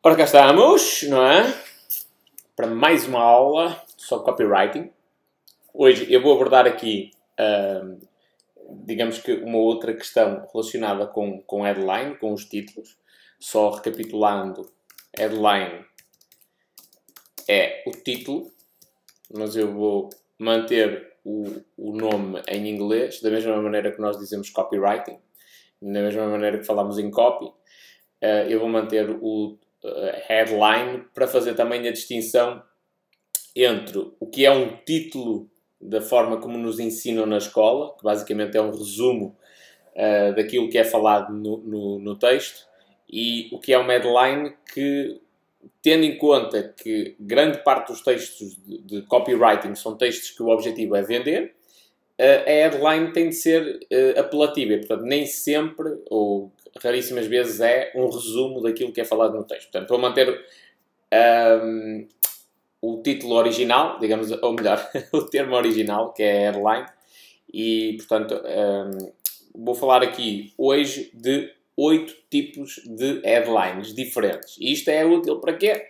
Ora, cá estamos, não é? Para mais uma aula sobre copywriting. Hoje eu vou abordar aqui, digamos que uma outra questão relacionada com headline, com os títulos. Só recapitulando, headline é o título, mas eu vou manter o nome em inglês, da mesma maneira que nós dizemos copywriting, da mesma maneira que falamos em copy. Eu vou manter o headline para fazer também a distinção entre o que é um título da forma como nos ensinam na escola, que basicamente é um resumo daquilo que é falado no texto, e o que é uma headline que, tendo em conta que grande parte dos textos de copywriting são textos que o objetivo é vender, a headline tem de ser apelativa, e, portanto, nem sempre, ou raríssimas vezes, é um resumo daquilo que é falado no texto. Portanto, vou manter o título original, digamos, ou melhor, o termo original, que é a headline, e, portanto, vou falar aqui hoje de 8 tipos de headlines diferentes. E isto é útil para quê?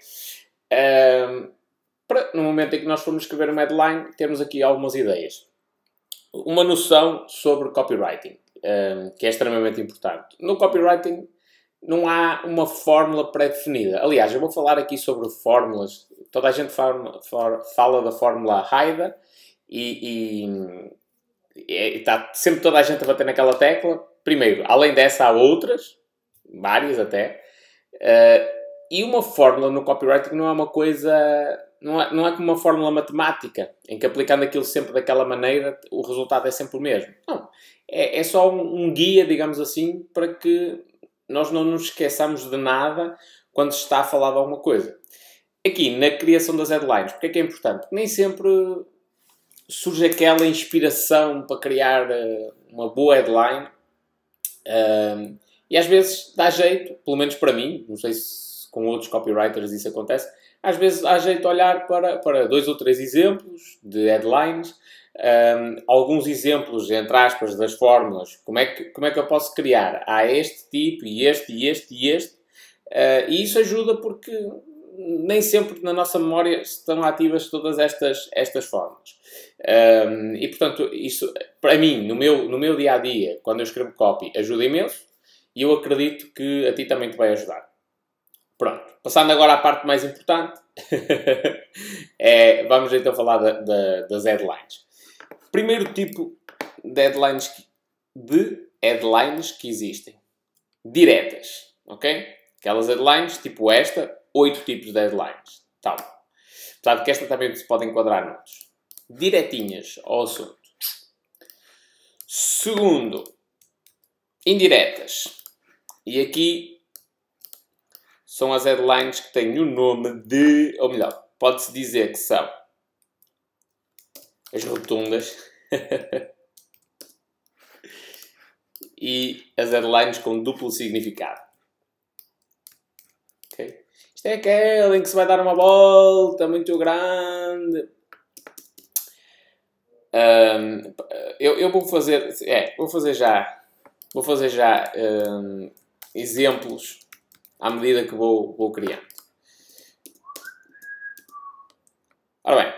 Para, no momento em que nós formos escrever uma headline, termos aqui algumas ideias. Uma noção sobre copywriting, que é extremamente importante. No copywriting não há uma fórmula pré-definida. Aliás, eu vou falar aqui sobre fórmulas. Toda a gente fala da fórmula AIDA e está sempre toda a gente a bater naquela tecla. Primeiro, além dessa há outras, várias até, e uma fórmula no copywriting não é uma coisa... Não é como uma fórmula matemática, em que aplicando aquilo sempre daquela maneira, o resultado é sempre o mesmo. Não. É só um guia, digamos assim, para que nós não nos esqueçamos de nada quando se está a falar de alguma coisa. Aqui, na criação das headlines, porque é que é importante? Porque nem sempre surge aquela inspiração para criar uma boa headline. E às vezes dá jeito, pelo menos para mim, não sei se com outros copywriters isso acontece, às vezes dá jeito de olhar para 2 ou 3 exemplos de headlines, alguns exemplos, entre aspas, das fórmulas, como é que eu posso criar? Há este tipo, e este, e este, e este, e isso ajuda porque nem sempre na nossa memória estão ativas todas estas fórmulas. E, portanto, isso, para mim, no meu dia-a-dia, quando eu escrevo copy, ajuda imenso, e eu acredito que a ti também te vai ajudar. Pronto, passando agora à parte mais importante, vamos então falar das headlines. Primeiro tipo de headlines que existem. Diretas, ok? Aquelas headlines, tipo esta, 8 tipos de headlines. Tal. Apesar de que esta também se pode enquadrar noutros. Diretinhas ao assunto. Segundo, indiretas. E aqui são as headlines que têm o nome de... Ou melhor, pode-se dizer que são as rotundas e as headlines com duplo significado. Okay? Isto é aquela em que se vai dar uma volta muito grande. Eu vou fazer... Vou fazer já exemplos à medida que vou criando. Ora bem,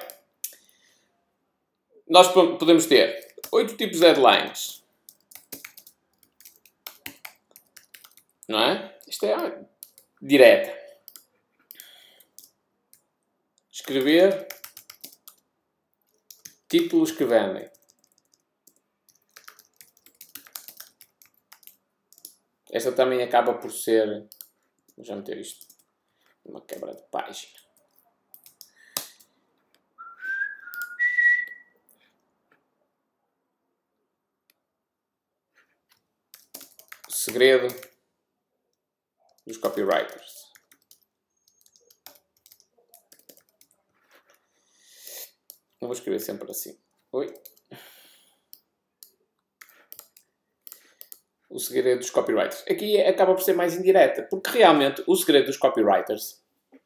nós podemos ter 8 tipos de headlines. Não é? Isto é direta. Escrever títulos que vendem. Esta também acaba por ser... Vou já meter isto numa quebra de página. O segredo dos copywriters. Eu vou escrever sempre assim. Oi. O segredo dos copywriters. Aqui acaba por ser mais indireta, porque realmente o segredo dos copywriters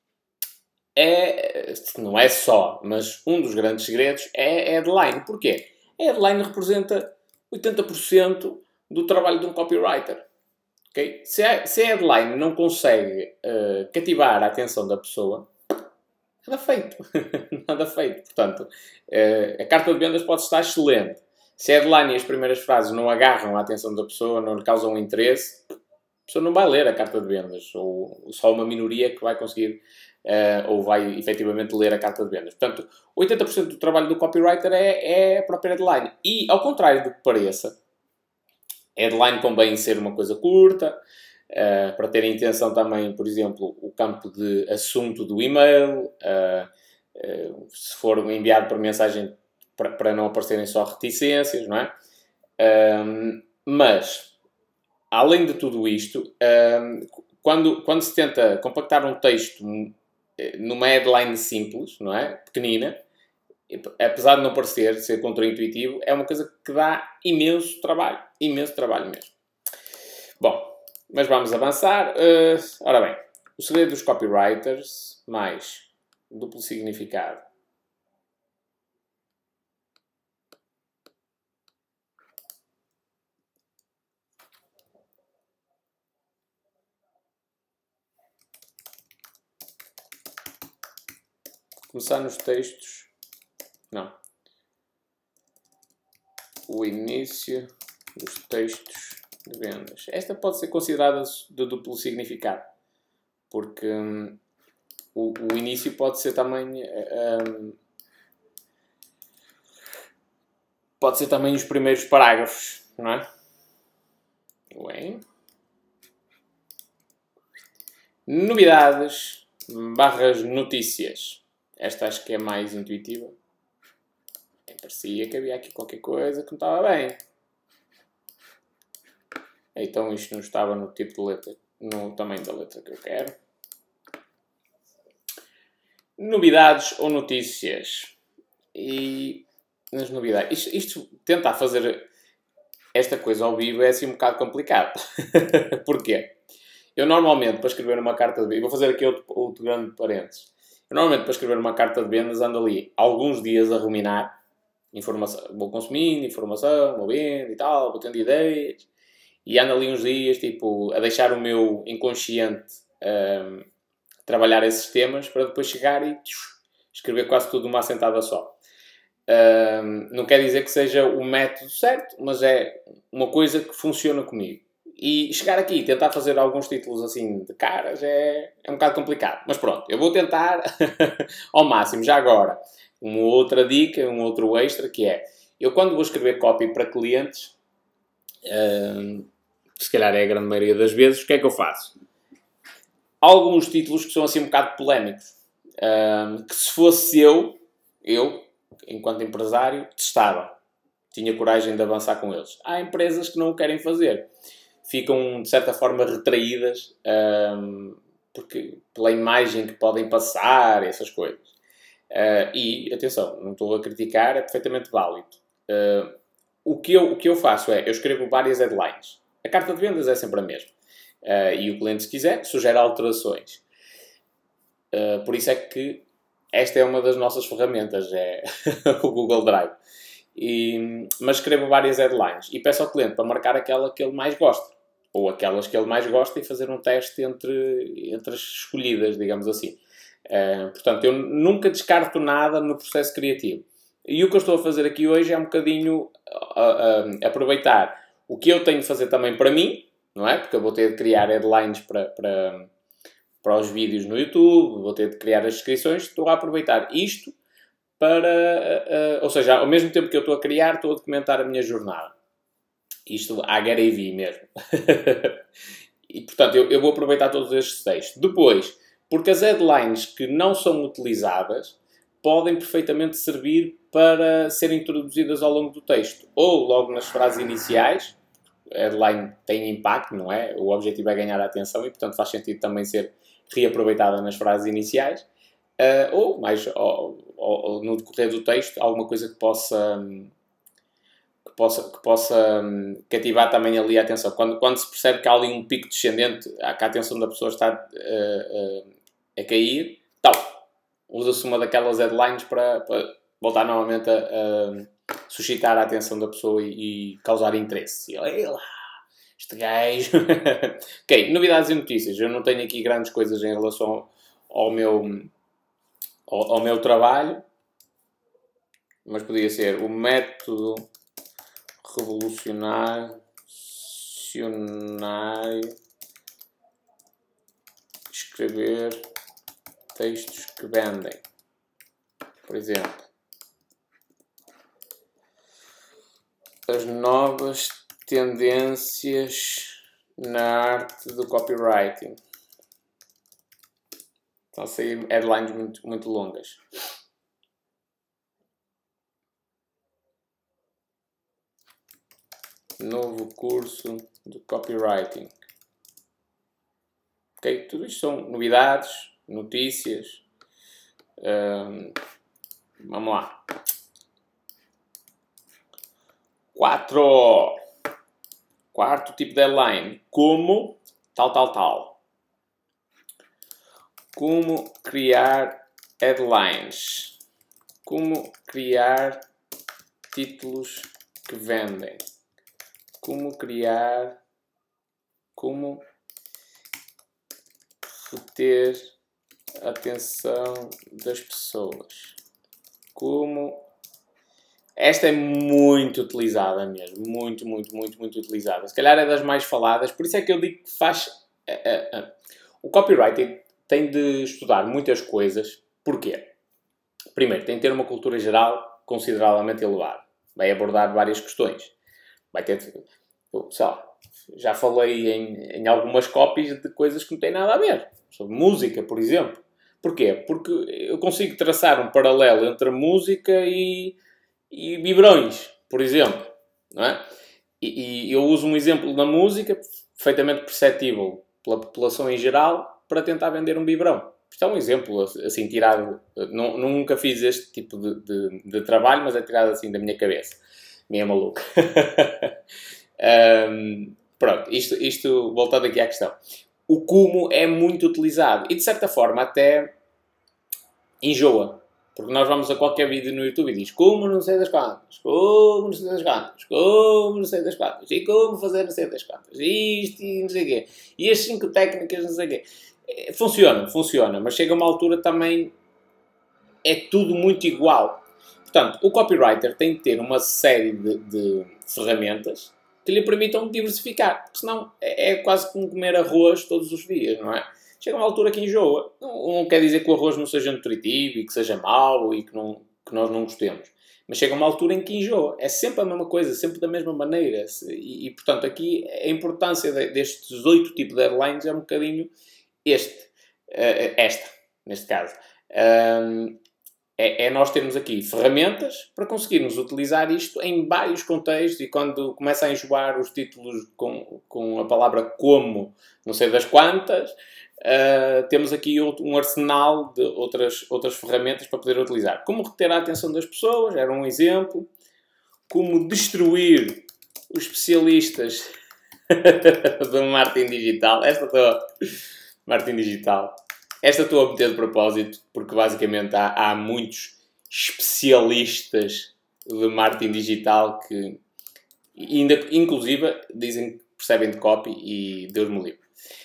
não é só, mas um dos grandes segredos é a headline. Porquê? A headline representa 80% do trabalho de um copywriter. Okay? Se a headline não consegue cativar a atenção da pessoa, nada feito. Nada feito. Portanto, a carta de vendas pode estar excelente. Se a headline e as primeiras frases não agarram a atenção da pessoa, não lhe causam interesse, a pessoa não vai ler a carta de vendas. Ou só uma minoria que vai conseguir ou vai efetivamente ler a carta de vendas. Portanto, 80% do trabalho do copywriter é a própria headline. E, ao contrário do que pareça, a headline convém ser uma coisa curta, para ter a intenção também, por exemplo, o campo de assunto do e-mail, se for enviado por mensagem para não aparecerem só reticências, não é? Mas, além de tudo isto, quando se tenta compactar um texto numa headline simples, não é? Pequenina, apesar de não parecer ser contraintuitivo, é uma coisa que dá imenso trabalho mesmo. Bom, mas vamos avançar. Ora bem, o segredo dos copywriters, mais duplo significado. Começar nos textos. Não. O início dos textos de vendas. Esta pode ser considerada de duplo significado, porque o início pode ser também os primeiros parágrafos, não é? Bem. Novidades / notícias. Esta acho que é mais intuitiva. Parecia que havia aqui qualquer coisa que não estava bem. Então isto não estava no tipo de letra, no tamanho da letra que eu quero. Novidades ou notícias. E nas novidades. Isto tentar fazer esta coisa ao vivo é assim um bocado complicado. Porquê? Eu normalmente, para escrever uma carta de vendas, vou fazer aqui outro grande parênteses. Eu normalmente, para escrever uma carta de vendas, ando ali alguns dias a ruminar. Informação, vou consumindo informação, vou vendo e tal, vou tendo ideias. E ando ali uns dias, tipo, a deixar o meu inconsciente trabalhar esses temas para depois chegar e escrever quase tudo numa assentada só. Não quer dizer que seja o método certo, mas é uma coisa que funciona comigo. E chegar aqui e tentar fazer alguns títulos assim de caras é um bocado complicado. Mas pronto, eu vou tentar ao máximo. Já agora, uma outra dica, um outro extra, que é, eu quando vou escrever copy para clientes, se calhar é a grande maioria das vezes, o que é que eu faço? Alguns títulos que são assim um bocado polémicos, que se fosse eu, enquanto empresário, testava. Tinha coragem de avançar com eles. Há empresas que não o querem fazer. Ficam, de certa forma, retraídas porque, pela imagem que podem passar, essas coisas. E, atenção, não estou a criticar, é perfeitamente válido. O que eu faço é, eu escrevo várias headlines. A carta de vendas é sempre a mesma. E o cliente, se quiser, sugere alterações. Por isso é que esta é uma das nossas ferramentas, é o Google Drive. Mas escrevo várias headlines e peço ao cliente para marcar aquela que ele mais gosta. Ou aquelas que ele mais gosta e fazer um teste entre as escolhidas, digamos assim. Portanto, eu nunca descarto nada no processo criativo. E o que eu estou a fazer aqui hoje é um bocadinho aproveitar o que eu tenho de fazer também para mim, não é? Porque eu vou ter de criar headlines para os vídeos no YouTube, vou ter de criar as descrições, estou a aproveitar isto para... ou seja, ao mesmo tempo que eu estou a criar, estou a documentar a minha jornada. Isto à Gary Vee mesmo. E, portanto, eu vou aproveitar todos estes textos. Depois, porque as headlines que não são utilizadas podem perfeitamente servir para serem introduzidas ao longo do texto. Ou logo nas frases iniciais. A headline tem impacto, não é? O objetivo é ganhar a atenção e, portanto, faz sentido também ser reaproveitada nas frases iniciais. Ou mais ou no decorrer do texto, alguma coisa que possa cativar também ali a atenção. Quando se percebe que há ali um pico descendente, que a atenção da pessoa está a cair, usa-se uma daquelas headlines para voltar novamente a suscitar a atenção da pessoa e causar interesse. E lá, Este gajo... Ok, novidades e notícias. Eu não tenho aqui grandes coisas em relação ao meu trabalho, mas podia ser o método revolucionário escrever textos que vendem. Por exemplo, as novas tendências na arte do copywriting. Estão a sair headlines muito, muito longas. Novo curso de copywriting. Ok? Tudo isto são novidades, notícias. Vamos lá. 4. Quarto tipo de headline. Como tal. Como criar headlines. Como criar títulos que vendem. Como reter a atenção das pessoas. Esta é muito utilizada mesmo. Muito utilizada. Se calhar é das mais faladas. Por isso é que eu digo que faz... O copywriting tem de estudar muitas coisas. Porquê? Primeiro, tem de ter uma cultura geral consideravelmente elevada. Vai abordar várias questões. Vai ter... Sei lá, já falei em algumas copies de coisas que não têm nada a ver. Sobre música, por exemplo. Porquê? Porque eu consigo traçar um paralelo entre a música e vibrões, por exemplo. Não é? E eu uso um exemplo da música perfeitamente perceptível pela população em geral para tentar vender um vibrão. Isto é um exemplo, assim, tirado... Nunca fiz este tipo de trabalho, mas é tirado assim da minha cabeça. Meio maluco. Pronto, isto voltando aqui à questão. O como é muito utilizado e, de certa forma, até enjoa. Porque nós vamos a qualquer vídeo no YouTube e diz como não sei das quantas, como não sei das quantas, como não sei das quantas, e como fazer não sei das quantas, isto e não sei o quê. E as 5 técnicas não sei o quê. Funciona, mas chega a uma altura também é tudo muito igual. Portanto, o copywriter tem de ter uma série de ferramentas que lhe permitam diversificar. Porque senão é quase como comer arroz todos os dias, não é? Chega uma altura que enjoa. Não quer dizer que o arroz não seja nutritivo e que seja mau e que nós não gostemos. Mas chega uma altura em que enjoa. É sempre a mesma coisa, sempre da mesma maneira. Portanto, aqui a importância destes 8 tipos de headlines é um bocadinho esta, neste caso. É nós termos aqui ferramentas para conseguirmos utilizar isto em vários contextos e quando começa a enjoar os títulos com a palavra como, não sei das quantas, temos aqui um arsenal de outras ferramentas para poder utilizar. Como reter a atenção das pessoas, era um exemplo. Como destruir os especialistas do marketing digital. Marketing digital. Esta estou a meter de propósito, porque basicamente há muitos especialistas de marketing digital que, inclusive, dizem que percebem de copy e Deus me livre.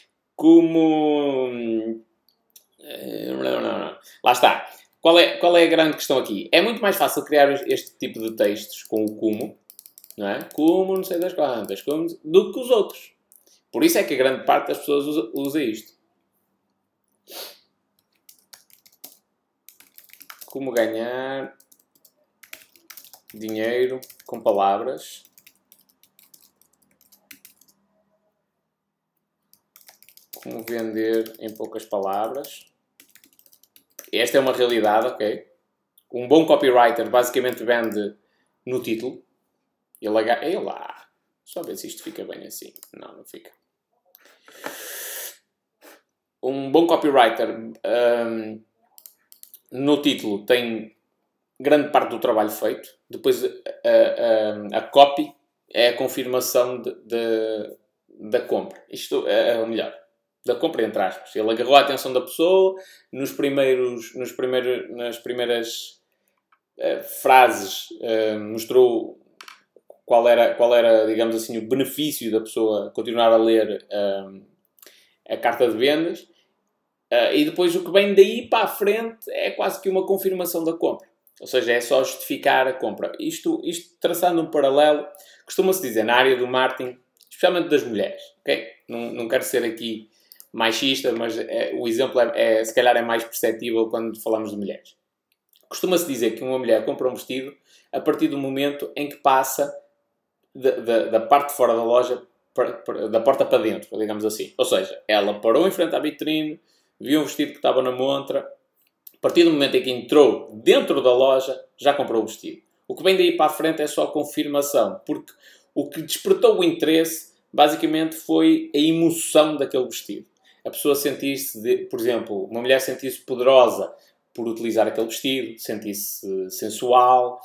Lá está. Qual é a grande questão aqui? É muito mais fácil criar este tipo de textos com o como, não é? Como não sei das quantas, do que os outros. Por isso é que a grande parte das pessoas usa isto. Como ganhar dinheiro com palavras. Como vender em poucas palavras. Esta é uma realidade, ok? Um bom copywriter basicamente vende no título. Ele lá. Só ver se isto fica bem assim. Não fica. Um bom copywriter no título tem grande parte do trabalho feito. Depois a copy é a confirmação da compra. Isto é o melhor. Da compra, entre aspas. Ele agarrou a atenção da pessoa nas primeiras frases, mostrou qual era, digamos assim, o benefício da pessoa continuar a ler a carta de vendas. E depois o que vem daí para a frente é quase que uma confirmação da compra. Ou seja, é só justificar a compra. Isto traçando um paralelo, costuma-se dizer na área do marketing, especialmente das mulheres. Okay? Não quero ser aqui machista, mas o exemplo se calhar é mais perceptível quando falamos de mulheres. Costuma-se dizer que uma mulher compra um vestido a partir do momento em que passa da parte de fora da loja, da porta para dentro, digamos assim. Ou seja, ela parou em frente à vitrine, viu um vestido que estava na montra, a partir do momento em que entrou dentro da loja, já comprou o vestido. O que vem daí para a frente é só confirmação, porque o que despertou o interesse, basicamente, foi a emoção daquele vestido. A pessoa sentir-se, por exemplo, uma mulher sentir-se poderosa por utilizar aquele vestido, sentir-se sensual,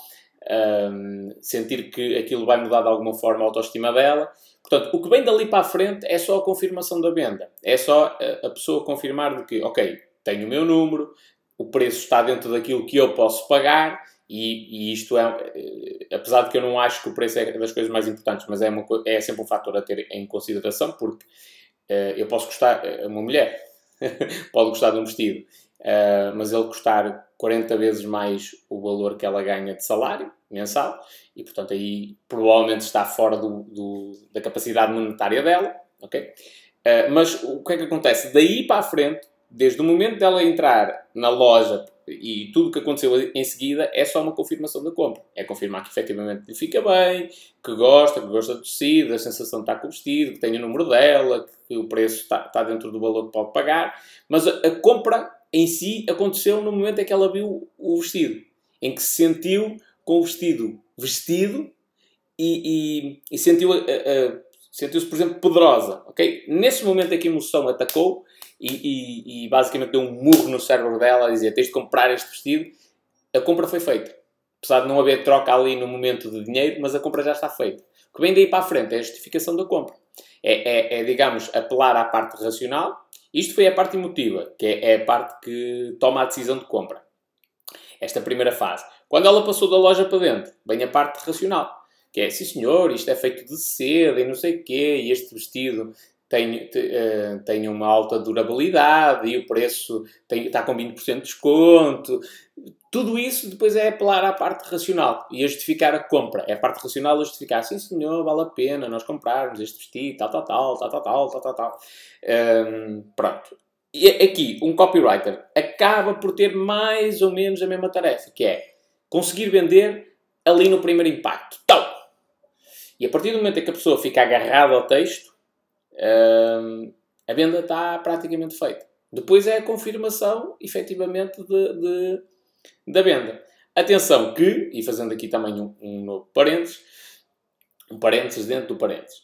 sentir que aquilo vai mudar de alguma forma a autoestima dela. Portanto, o que vem dali para a frente é só a confirmação da venda. É só a pessoa confirmar de que, ok, tenho o meu número, o preço está dentro daquilo que eu posso pagar, e isto apesar de que eu não acho que o preço é das coisas mais importantes, mas é sempre um fator a ter em consideração, porque eu posso gostar, uma mulher pode gostar de um vestido, mas ele custar 40 vezes mais o valor que ela ganha de salário mensal, e portanto aí provavelmente está fora da capacidade monetária dela, ok? Mas o que é que acontece? Daí para a frente, desde o momento dela entrar na loja e tudo o que aconteceu em seguida, é só uma confirmação da compra. É confirmar que efetivamente lhe fica bem, que gosta do tecido, a sensação de estar com o vestido, que tem o número dela, que o preço está dentro do valor que pode pagar. Mas a compra em si aconteceu no momento em que ela viu o vestido, em que se sentiu com o vestido vestido e sentiu-se, por exemplo, poderosa. Okay? Nesse momento em que a emoção atacou e basicamente deu um murro no cérebro dela a dizer: tens de comprar este vestido, a compra foi feita. Apesar de não haver troca ali no momento de dinheiro, mas a compra já está feita. O que vem daí para a frente é a justificação da compra. Digamos, apelar à parte racional. Isto foi a parte emotiva, que é a parte que toma a decisão de compra. Esta primeira fase. Quando ela passou da loja para dentro, vem a parte racional. Que é, sim senhor, isto é feito de seda e não sei o quê, e este vestido tem uma alta durabilidade e o preço está com 20% de desconto. Tudo isso depois é apelar à parte racional e a justificar a compra. É a parte racional a justificar, sim senhor, vale a pena nós comprarmos este vestido, tal. Pronto. E aqui, um copywriter acaba por ter mais ou menos a mesma tarefa, que é conseguir vender ali no primeiro impacto. Então, e a partir do momento em que a pessoa fica agarrada ao texto, a venda está praticamente feita. Depois é a confirmação, efetivamente, da venda. Atenção que, e fazendo aqui também um novo parênteses, um parênteses dentro do parênteses,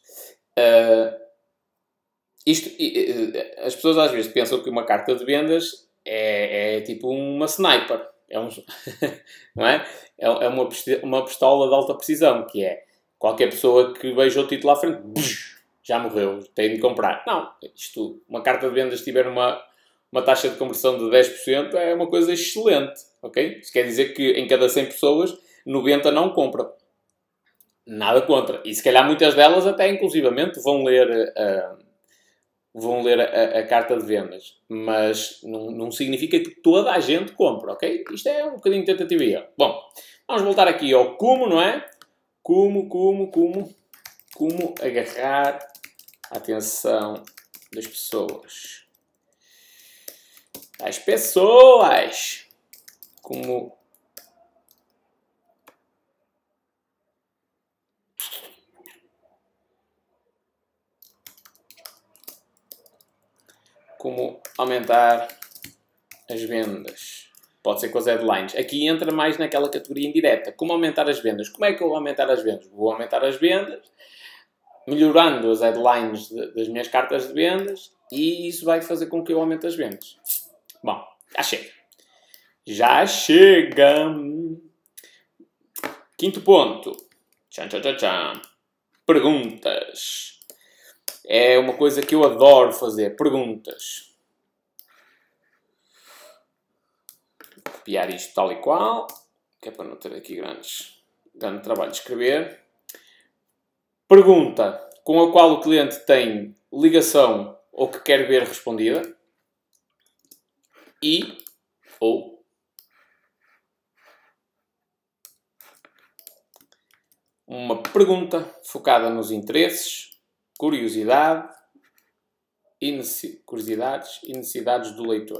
as pessoas às vezes pensam que uma carta de vendas é tipo uma sniper. Não é? É uma pistola de alta precisão, que é qualquer pessoa que veja o título à frente, já morreu, tem de comprar. Não, uma carta de vendas, se tiver uma taxa de conversão de 10%, é uma coisa excelente, ok? Isso quer dizer que em cada 100 pessoas, 90 não compram. Nada contra. E se calhar muitas delas até inclusivamente vão ler a carta de vendas. Mas não significa que toda a gente compra, ok? Isto é um bocadinho de tentativa e erro. Bom, vamos voltar aqui ao como, não é? Como agarrar a atenção das pessoas. As pessoas! Como aumentar as vendas. Pode ser com as headlines. Aqui entra mais naquela categoria indireta. Como aumentar as vendas? Como é que eu vou aumentar as vendas? Vou aumentar as vendas melhorando as headlines das minhas cartas de vendas e isso vai fazer com que eu aumente as vendas. Bom, já chega. Já chega! Quinto ponto. Tchan. Perguntas. É uma coisa que eu adoro fazer. Perguntas. Vou copiar isto tal e qual, que é para não ter aqui grande trabalho de escrever. Pergunta com a qual o cliente tem ligação ou que quer ver respondida. E ou uma pergunta focada nos interesses, curiosidades e necessidades do leitor.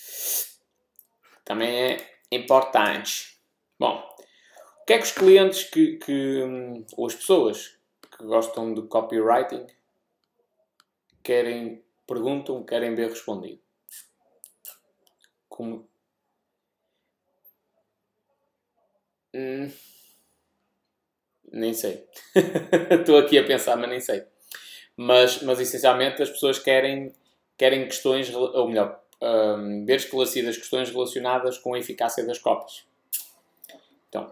Também é importante. Bom, o que é que os clientes ou as pessoas que gostam de copywriting perguntam, querem ver respondido? Como? Nem sei. Estou aqui a pensar, mas nem sei. Mas essencialmente as pessoas querem questões, ou melhor, ver esclarecidas questões relacionadas com a eficácia das copies. Então,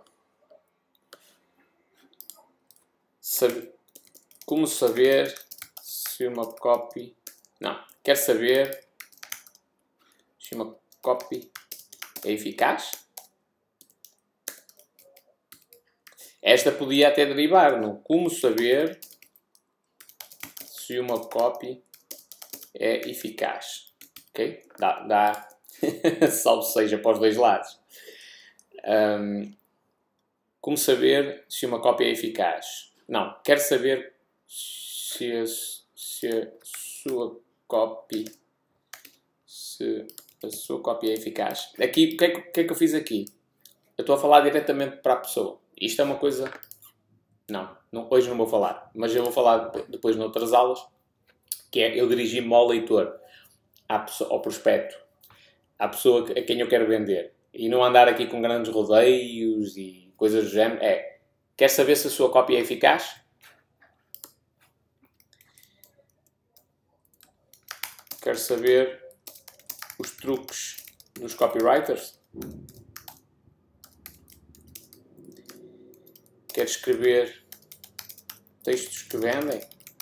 como saber se uma copy... Não, quer saber se uma copy é eficaz? Esta podia até derivar no como saber se uma copy é eficaz. Ok? Dá salve seja para os dois lados. Como saber se uma cópia é eficaz? Não, quer saber se a sua cópia é eficaz. Aqui, o que é que eu fiz aqui? Eu estou a falar diretamente para a pessoa. Isto é uma coisa... Não, hoje não vou falar. Mas eu vou falar depois noutras aulas. Que é, eu dirigi-me ao leitor. Ao prospecto. À pessoa a quem eu quero vender. E não andar aqui com grandes rodeios e coisas do género. Quer saber se a sua cópia é eficaz? Quer saber os truques dos copywriters? Quer escrever textos que vendem?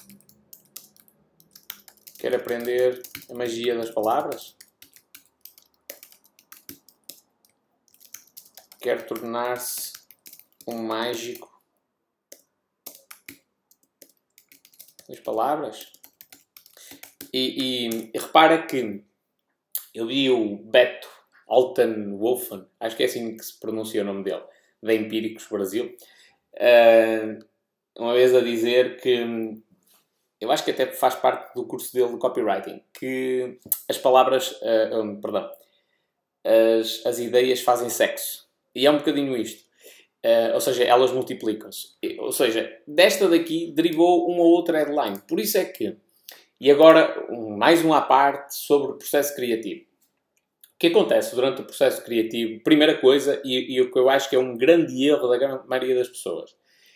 Quer aprender a magia das palavras? Quer tornar-se um mágico das palavras? E repara que eu vi o Beto Altenwolfen, acho que é assim que se pronuncia o nome dele, da Empíricos Brasil, uma vez a dizer que, eu acho que até faz parte do curso dele de copywriting, que as palavras, as ideias fazem sexo. E é um bocadinho isto. Ou seja, elas multiplicam-se. Ou seja, desta daqui derivou uma ou outra headline. Por isso é que... E agora, mais uma à parte sobre o processo criativo. O que acontece durante o processo criativo? Primeira coisa, e o que eu acho que é um grande erro da grande maioria das pessoas,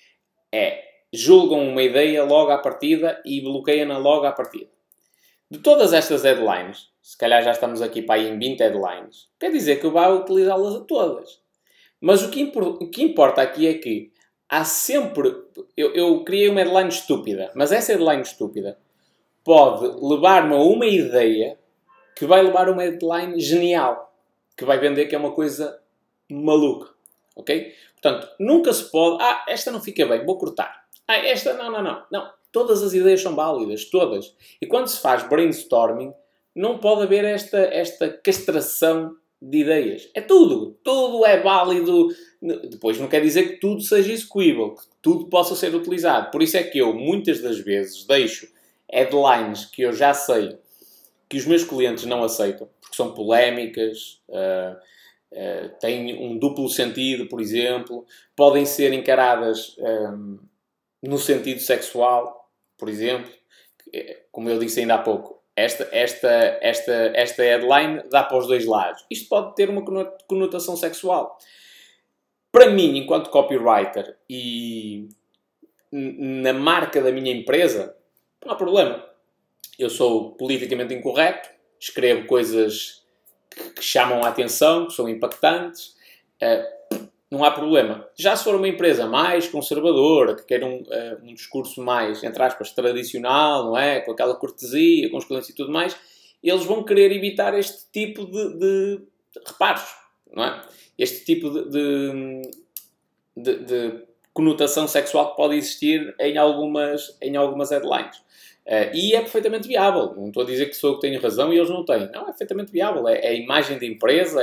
julgam uma ideia logo à partida e bloqueiam-na logo à partida. De todas estas headlines, se calhar já estamos aqui para aí em 20 headlines, quer dizer que eu vou utilizá-las a todas. Mas o que importa aqui é que há sempre... Eu criei uma headline estúpida, mas essa headline estúpida pode levar-me a uma ideia que vai levar a uma headline genial, que vai vender que é uma coisa maluca. Ok? Portanto, nunca se pode... esta não fica bem, vou cortar. Esta... Não. Todas as ideias são válidas, todas. E quando se faz brainstorming, não pode haver esta castração de ideias. É tudo. Tudo é válido. Depois não quer dizer que tudo seja execuível, que tudo possa ser utilizado. Por isso é que eu, muitas das vezes, deixo headlines que eu já sei que os meus clientes não aceitam, porque são polémicas, têm um duplo sentido, por exemplo, podem ser encaradas no sentido sexual, por exemplo, como eu disse ainda há pouco. Esta headline dá para os dois lados. Isto pode ter uma conotação sexual. Para mim, enquanto copywriter e na marca da minha empresa, não há problema. Eu sou politicamente incorreto, escrevo coisas que chamam a atenção, que são impactantes, não há problema. Já se for uma empresa mais conservadora, que quer um discurso mais, entre aspas, tradicional, não é? Com aquela cortesia, com os clientes e tudo mais, eles vão querer evitar este tipo de reparos, não é? Este tipo de conotação sexual que pode existir em algumas headlines. E é perfeitamente viável. Não estou a dizer que sou eu que tenho razão e eles não têm. Não, é perfeitamente viável. É a imagem da empresa,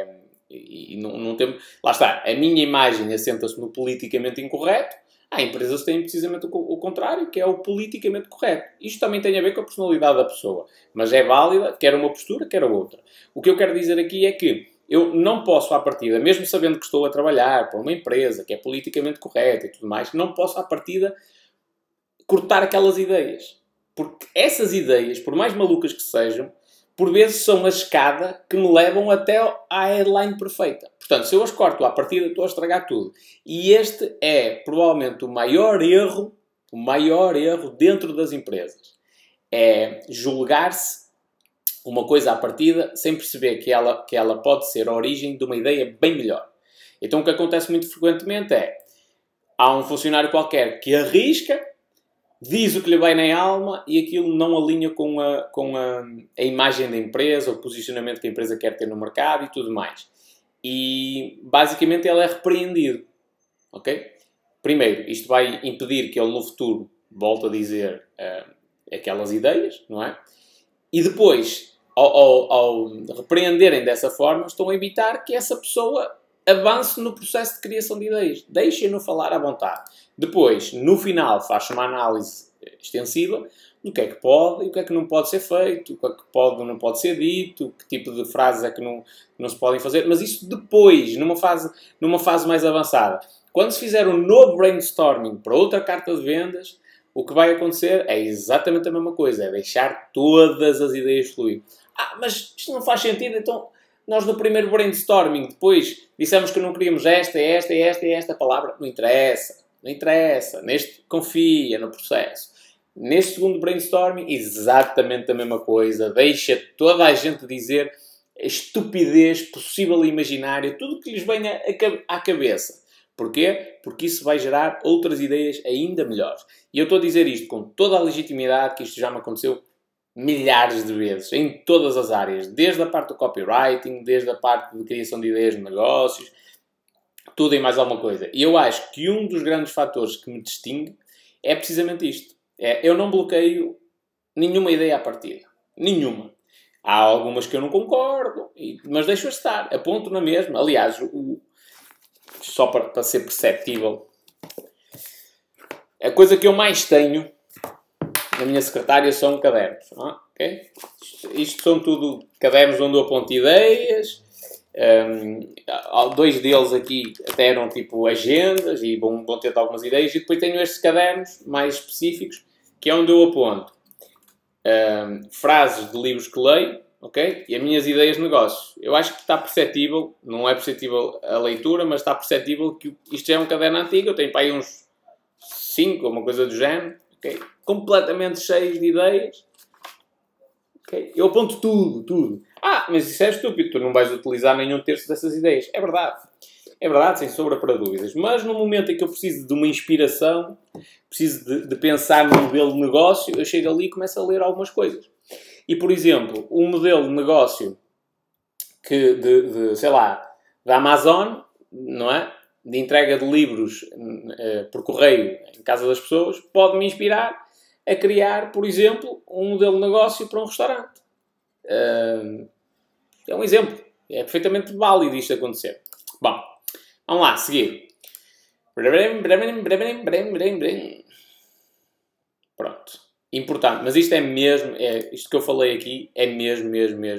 e não temos... Lá está, a minha imagem assenta-se no politicamente incorreto. Há empresas que têm precisamente o contrário, que é o politicamente correto. Isto também tem a ver com a personalidade da pessoa. Mas é válida, quer uma postura, quer a outra. O que eu quero dizer aqui é que eu não posso, à partida, mesmo sabendo que estou a trabalhar para uma empresa que é politicamente correta e tudo mais, não posso, à partida, cortar aquelas ideias. Porque essas ideias, por mais malucas que sejam, por vezes são a escada que me levam até à headline perfeita. Portanto, se eu as corto à partida, estou a estragar tudo. E este é, provavelmente, o maior erro dentro das empresas. É julgar-se uma coisa à partida sem perceber que ela pode ser a origem de uma ideia bem melhor. Então, o que acontece muito frequentemente é, há um funcionário qualquer que arrisca, diz o que lhe vai na alma e aquilo não alinha com a imagem da empresa, o posicionamento que a empresa quer ter no mercado e tudo mais. E, basicamente, ele é repreendido. Ok? Primeiro, isto vai impedir que ele, no futuro, volte a dizer aquelas ideias, não é? E depois, ao repreenderem dessa forma, estão a evitar que essa pessoa avance no processo de criação de ideias. Deixem-no falar à vontade. Depois, no final, faz uma análise extensiva do que é que pode e o que é que não pode ser feito, o que é que pode ou não pode ser dito, que tipo de frases é que não se podem fazer. Mas isso depois, numa fase mais avançada. Quando se fizer um novo brainstorming para outra carta de vendas, o que vai acontecer é exatamente a mesma coisa. É deixar todas as ideias fluir. Mas isto não faz sentido, então... Nós no primeiro brainstorming, depois, dissemos que não queríamos esta palavra. Não interessa. Não interessa. Neste, confia no processo. Neste segundo brainstorming, exatamente a mesma coisa. Deixa toda a gente dizer a estupidez possível e imaginária, tudo que lhes venha à cabeça. Porquê? Porque isso vai gerar outras ideias ainda melhores. E eu estou a dizer isto com toda a legitimidade, que isto já me aconteceu milhares de vezes, em todas as áreas, desde a parte do copywriting, desde a parte de criação de ideias de negócios, tudo e mais alguma coisa. E eu acho que um dos grandes fatores que me distingue é precisamente isto. Eu não bloqueio nenhuma ideia à partida. Nenhuma. Há algumas que eu não concordo, mas deixo-as estar. Aponto na mesma. Aliás, só para ser perceptível, a coisa que eu mais tenho na minha secretária são cadernos. Okay? Isto são tudo cadernos onde eu aponto ideias. Dois deles aqui até eram tipo agendas e vão ter algumas ideias. E depois tenho estes cadernos mais específicos, que é onde eu aponto frases de livros que leio, okay? E as minhas ideias de negócio. Eu acho que está perceptível, não é perceptível a leitura, mas está perceptível que isto já é um caderno antigo. Eu tenho para aí uns 5, uma coisa do género. Okay? Completamente cheios de ideias. Okay? Eu aponto tudo. Mas isso é estúpido, tu não vais utilizar nenhum terço dessas ideias. É verdade, sem sombra para dúvidas. Mas no momento em que eu preciso de uma inspiração, preciso de pensar num modelo de negócio, eu chego ali e começo a ler algumas coisas. E, por exemplo, um modelo de negócio sei lá, da Amazon, não é? De entrega de livros por correio em casa das pessoas, pode-me inspirar a criar, por exemplo, um modelo de negócio para um restaurante. É um exemplo. É perfeitamente válido isto acontecer. Bom, vamos lá, seguir. Pronto. Importante. Mas isto é mesmo, isto que eu falei aqui é mesmo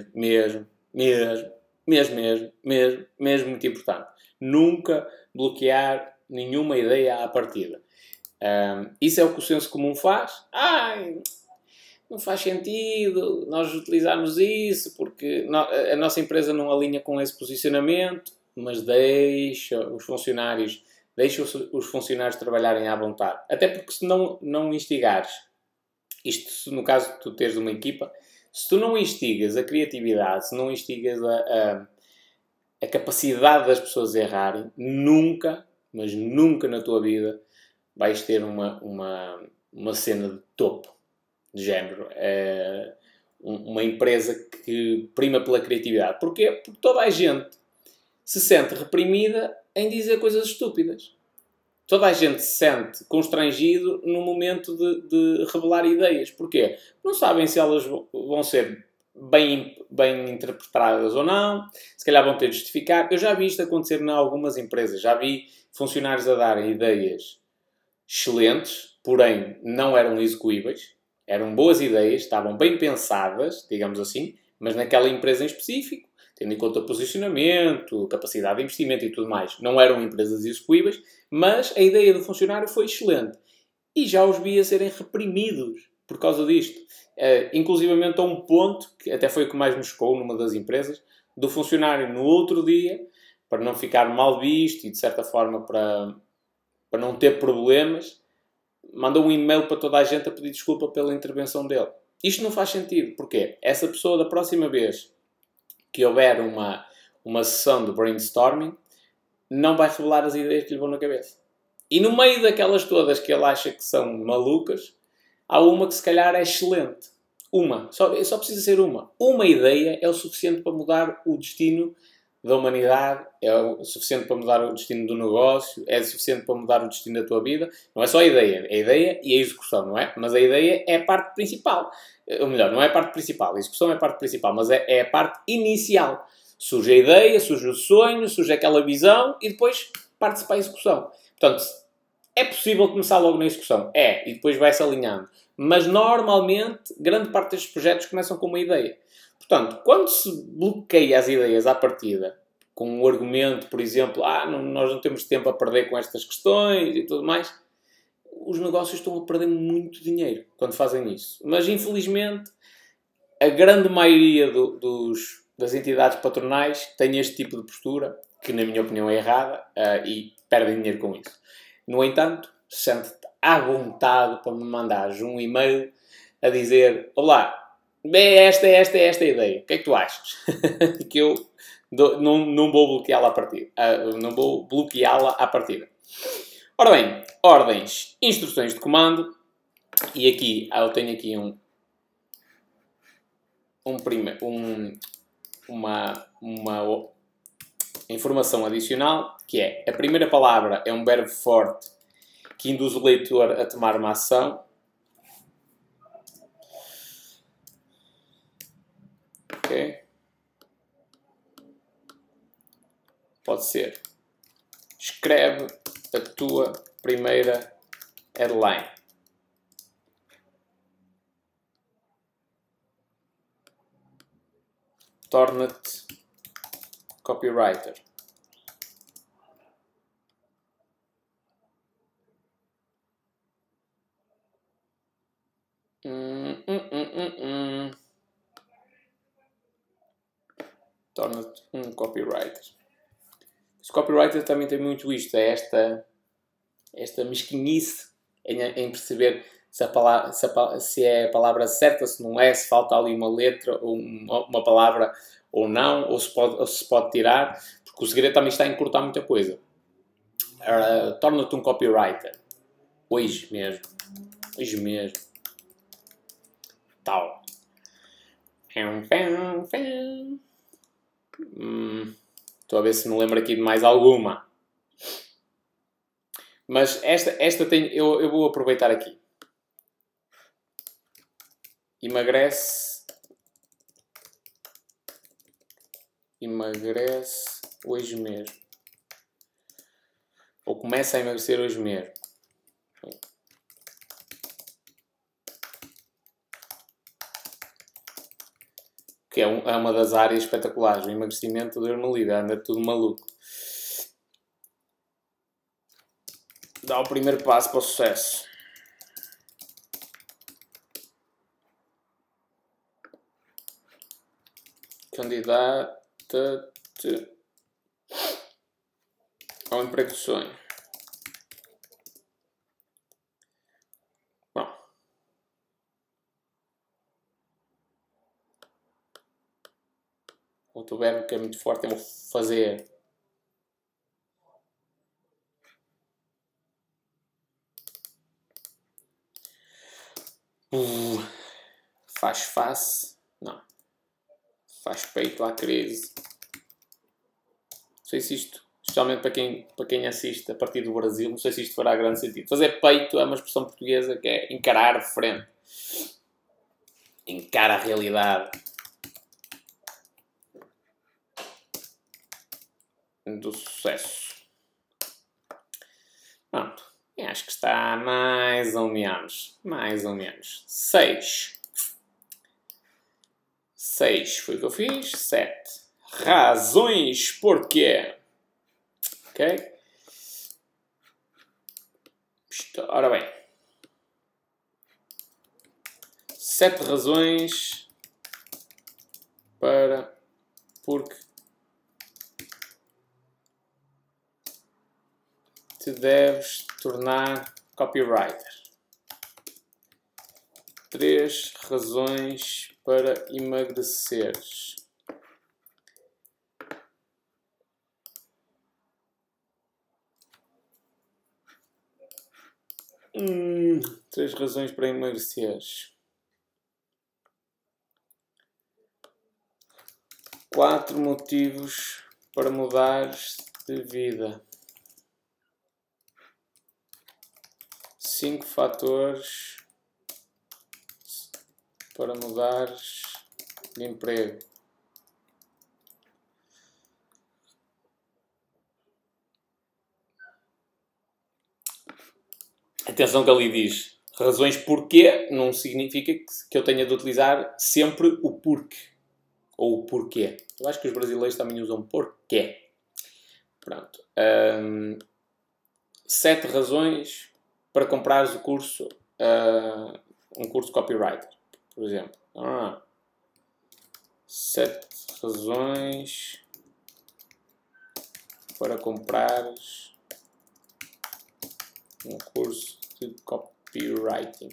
muito importante. Nunca bloquear nenhuma ideia à partida. Isso é o que o senso comum faz. Não faz sentido nós utilizarmos isso porque a nossa empresa não alinha com esse posicionamento, mas deixa os funcionários trabalharem à vontade. Até porque se não instigares, isto no caso de tu teres uma equipa, se tu não instigas a criatividade, se não instigas a capacidade das pessoas errarem, nunca, mas nunca na tua vida vais ter uma cena de topo, de género. Uma empresa que prima pela criatividade. Porquê? Porque toda a gente se sente reprimida em dizer coisas estúpidas. toda a gente se sente constrangido no momento de revelar ideias. Porquê? Não sabem se elas vão ser bem interpretadas ou não, se calhar vão ter de justificar. Eu já vi isto acontecer em algumas empresas, já vi funcionários a darem ideias excelentes, porém não eram execuíveis, eram boas ideias, estavam bem pensadas, digamos assim, mas naquela empresa em específico, tendo em conta o posicionamento, capacidade de investimento e tudo mais, não eram empresas execuíveis, mas a ideia do funcionário foi excelente. E já os vi a serem reprimidos por causa disto. Inclusivamente a um ponto, que até foi o que mais me chocou numa das empresas, do funcionário no outro dia, para não ficar mal visto e de certa forma para não ter problemas, mandou um e-mail para toda a gente a pedir desculpa pela intervenção dele. Isto não faz sentido. Porquê? Essa pessoa, da próxima vez que houver uma sessão de brainstorming, não vai revelar as ideias que lhe vão na cabeça. E no meio daquelas todas que ele acha que são malucas, há uma que se calhar é excelente. Só precisa ser uma. Uma ideia é o suficiente para mudar o destino da humanidade, é o suficiente para mudar o destino do negócio, é o suficiente para mudar o destino da tua vida. Não é só a ideia e a execução, não é? Mas a ideia é a parte principal. Ou melhor, não é a parte principal, a execução é a parte principal, mas é a parte inicial. Surge a ideia, surge o sonho, surge aquela visão e depois parte-se para a execução. Portanto, é possível começar logo na execução? É, e depois vai-se alinhando. Mas normalmente, grande parte destes projetos começam com uma ideia. Portanto, quando se bloqueia as ideias à partida, com um argumento, por exemplo, nós não temos tempo a perder com estas questões e tudo mais, os negócios estão a perder muito dinheiro quando fazem isso. Mas, infelizmente, a grande maioria das entidades patronais tem este tipo de postura, que na minha opinião é errada, e perdem dinheiro com isso. No entanto, sente-te à vontade para me mandares um e-mail a dizer: olá, esta a ideia, o que é que tu achas? Que eu não vou bloqueá-la à partida. Não vou bloqueá-la à partida. Ora bem, ordens, instruções de comando, e aqui eu tenho aqui uma informação adicional, que é: a primeira palavra é um verbo forte que induz o leitor a tomar uma ação. Ok? Pode ser: escreve a tua primeira headline. Torna-te copywriter. Torna-te um copywriter. Os copywriters também têm muito isto, é esta mesquinhice em perceber se é a palavra certa, se não é, se falta ali uma letra ou uma palavra ou não, ou se pode tirar, porque o segredo também está em cortar muita coisa. Torna-te um copywriter. Hoje mesmo. Tal. Estou a ver se me lembro aqui de mais alguma. Mas esta eu vou aproveitar aqui. Emagrece hoje mesmo. Ou começa a emagrecer hoje mesmo. Que é uma das áreas espetaculares. O emagrecimento, Deus me livre, anda tudo maluco. Dá o primeiro passo para o sucesso. Candidata-te ao emprego de sonho. Bom. Outro verbo que é muito forte é o fazer. Faz face. Não. Faz peito à crise. Não sei se isto especialmente para quem assiste a partir do Brasil. Não sei se isto fará grande sentido. Fazer peito é uma expressão portuguesa que é encarar de frente. Encara a realidade do sucesso. Pronto. Acho que está mais ou menos. 6. 6 foi o que eu fiz. 7. Razões porquê. Ok? Ora bem. 7 razões porque te deves tornar copywriter. 3 razões para emagreceres. 3 razões para emagreceres. 4 motivos para mudares de vida. 5 fatores para mudares de emprego. Atenção que ali diz razões porquê, não significa que eu tenha de utilizar sempre o porquê. Ou o porquê. Eu acho que os brasileiros também usam porquê. Pronto. 7 razões para comprares o curso, um curso de copywriter, por exemplo. 7 razões para comprares um curso de copywriting.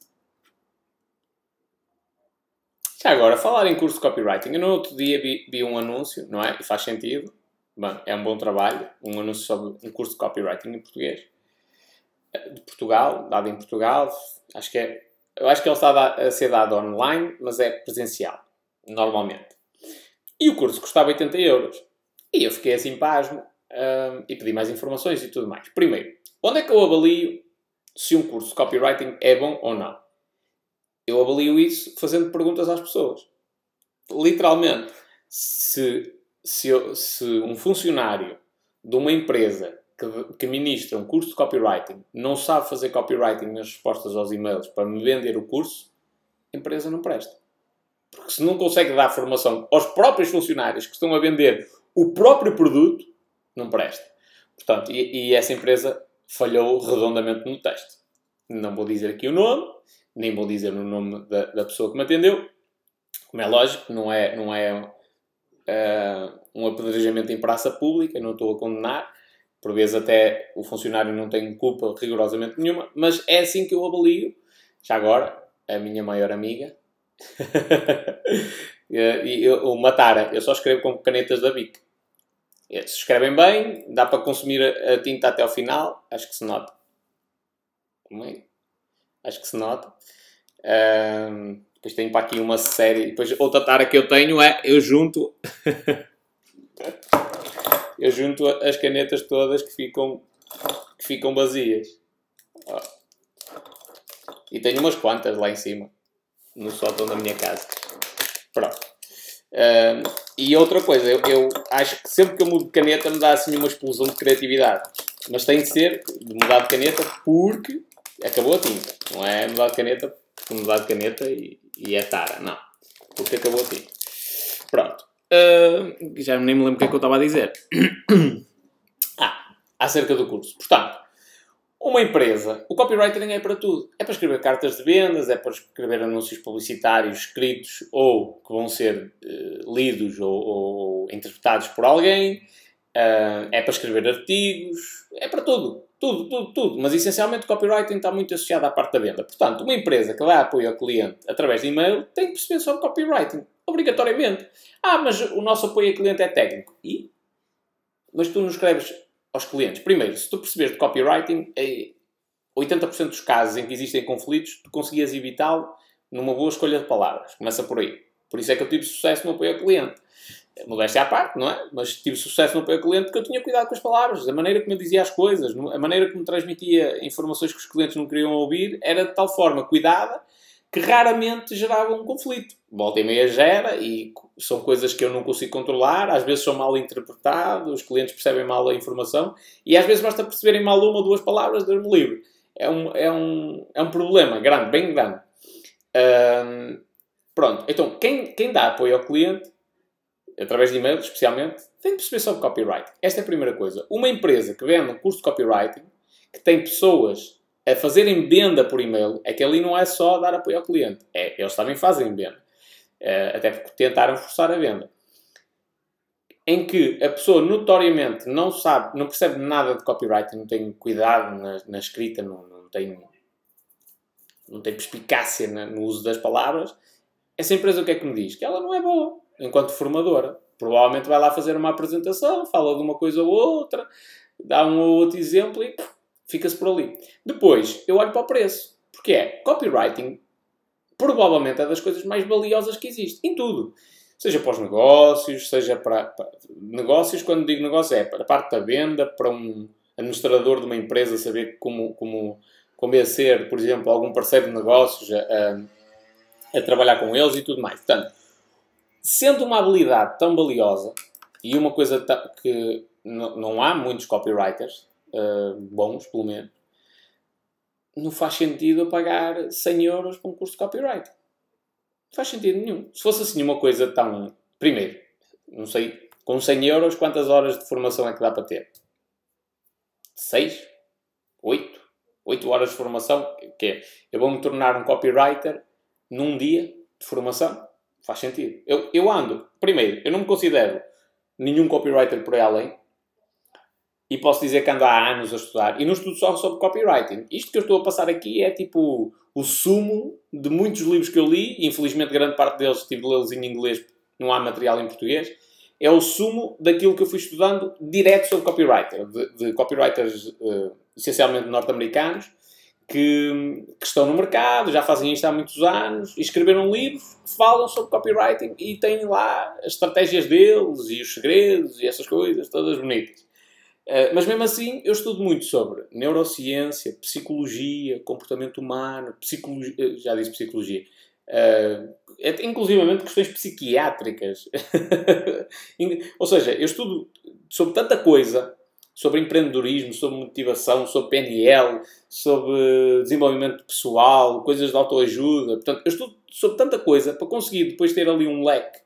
Já agora, falar em curso de copywriting. Eu no outro dia vi um anúncio, não é? E faz sentido. Bom, é um bom trabalho. Um anúncio sobre um curso de copywriting em português. De Portugal, dado em Portugal. Eu acho que ele está a ser dado online, mas é presencial. Normalmente. E o curso custava 80 euros. E eu fiquei assim pasmo. E pedi mais informações e tudo mais. Primeiro, onde é que eu avalio se um curso de copywriting é bom ou não? Eu avalio isso fazendo perguntas às pessoas. Literalmente, se um funcionário de uma empresa que ministra um curso de copywriting não sabe fazer copywriting nas respostas aos e-mails para me vender o curso, a empresa não presta. Porque se não consegue dar formação aos próprios funcionários que estão a vender o próprio produto, não presta. Portanto, e essa empresa falhou redondamente no teste. Não vou dizer aqui o nome, nem vou dizer o nome da pessoa que me atendeu. Como é lógico, não é um apedrejamento em praça pública, não estou a condenar. Por vezes até o funcionário não tem culpa rigorosamente nenhuma, mas é assim que eu avalio. Já agora, a minha maior amiga, o Matara, eu só escrevo com canetas da Bic. Se escrevem bem, dá para consumir a tinta até ao final, acho que se nota. Acho que se nota. Depois tenho para aqui uma série. Depois outra tara que eu tenho é eu junto as canetas todas que ficam vazias. Ó. E tenho umas quantas lá em cima, no sótão da minha casa. Pronto. E outra coisa, eu acho que sempre que eu mudo de caneta me dá assim uma explosão de criatividade. Mas tem de ser de mudar de caneta porque acabou a tinta. Não é mudar de caneta porque mudar de caneta e é tara. Não. Porque acabou a tinta. Pronto. Já nem me lembro o que é que eu estava a dizer. Acerca do curso. Portanto, uma empresa, o copywriting é para tudo. É para escrever cartas de vendas, é para escrever anúncios publicitários escritos ou que vão ser lidos ou interpretados por alguém. É para escrever artigos. É para tudo. Tudo. Mas essencialmente o copywriting está muito associado à parte da venda. Portanto, uma empresa que dá apoio ao cliente através de e-mail tem que perceber sobre copywriting. Obrigatoriamente. Mas o nosso apoio ao cliente é técnico. Mas tu não escreves aos clientes. Primeiro, se tu perceberes de copywriting, 80% dos casos em que existem conflitos, tu conseguias evitá-lo numa boa escolha de palavras. Começa por aí. Por isso é que eu tive sucesso no apoio ao cliente. modéstia à parte, não é? Mas tive sucesso no apoio ao cliente porque eu tinha cuidado com as palavras, a maneira como eu dizia as coisas, a maneira como transmitia informações que os clientes não queriam ouvir era de tal forma cuidada que raramente gerava um conflito. Volta e meia gera e são coisas que eu não consigo controlar, às vezes são mal interpretados, os clientes percebem mal a informação e às vezes basta perceberem mal uma ou duas palavras, Deus-me livre. É um problema grande, bem grande. Pronto, então quem dá apoio ao cliente, através de e-mail especialmente, tem de perceber sobre copyright. Esta é a primeira coisa. Uma empresa que vende um curso de copywriting, que tem pessoas a fazerem venda por e-mail, é que ali não é só dar apoio ao cliente. Eles também fazem venda. Até porque tentaram forçar a venda. Em que a pessoa notoriamente não sabe, não percebe nada de copywriting, não tem cuidado na escrita, não tem perspicácia no uso das palavras, essa empresa o que é que me diz? Que ela não é boa enquanto formadora. Provavelmente vai lá fazer uma apresentação, fala de uma coisa ou outra, dá um ou outro exemplo e fica-se por ali. Depois, eu olho para o preço. Porque copywriting provavelmente é das coisas mais valiosas que existe. Em tudo. Seja para os negócios, seja para negócios, quando digo negócio é para a parte da venda, para um administrador de uma empresa saber como convencer, por exemplo, algum parceiro de negócios a trabalhar com eles e tudo mais. Portanto, sendo uma habilidade tão valiosa e uma coisa que não há muitos copywriters bons, pelo menos, não faz sentido eu pagar 100 euros para um curso de copywriting. Não faz sentido nenhum. Se fosse assim uma coisa tão... Primeiro, não sei, com 100 euros quantas horas de formação é que dá para ter? 6? 8? 8 horas de formação? Que é? Eu vou-me tornar um copywriter num dia de formação? Faz sentido. Eu ando... Primeiro, eu não me considero nenhum copywriter por aí além. E posso dizer que ando há anos a estudar. E não estudo só sobre copywriting. Isto que eu estou a passar aqui é tipo o sumo de muitos livros que eu li. E, infelizmente, grande parte deles tive de lê-los em inglês. Não há material em português. É o sumo daquilo que eu fui estudando direto sobre copywriter. De copywriters essencialmente norte-americanos. Que estão no mercado, já fazem isto há muitos anos. E escreveram livros que falam sobre copywriting. E têm lá as estratégias deles. E os segredos. E essas coisas todas bonitas. Mas mesmo assim, eu estudo muito sobre neurociência, psicologia, comportamento humano, já disse psicologia, inclusivamente questões psiquiátricas. Ou seja, eu estudo sobre tanta coisa, sobre empreendedorismo, sobre motivação, sobre PNL, sobre desenvolvimento pessoal, coisas de autoajuda. Portanto, eu estudo sobre tanta coisa para conseguir depois ter ali um leque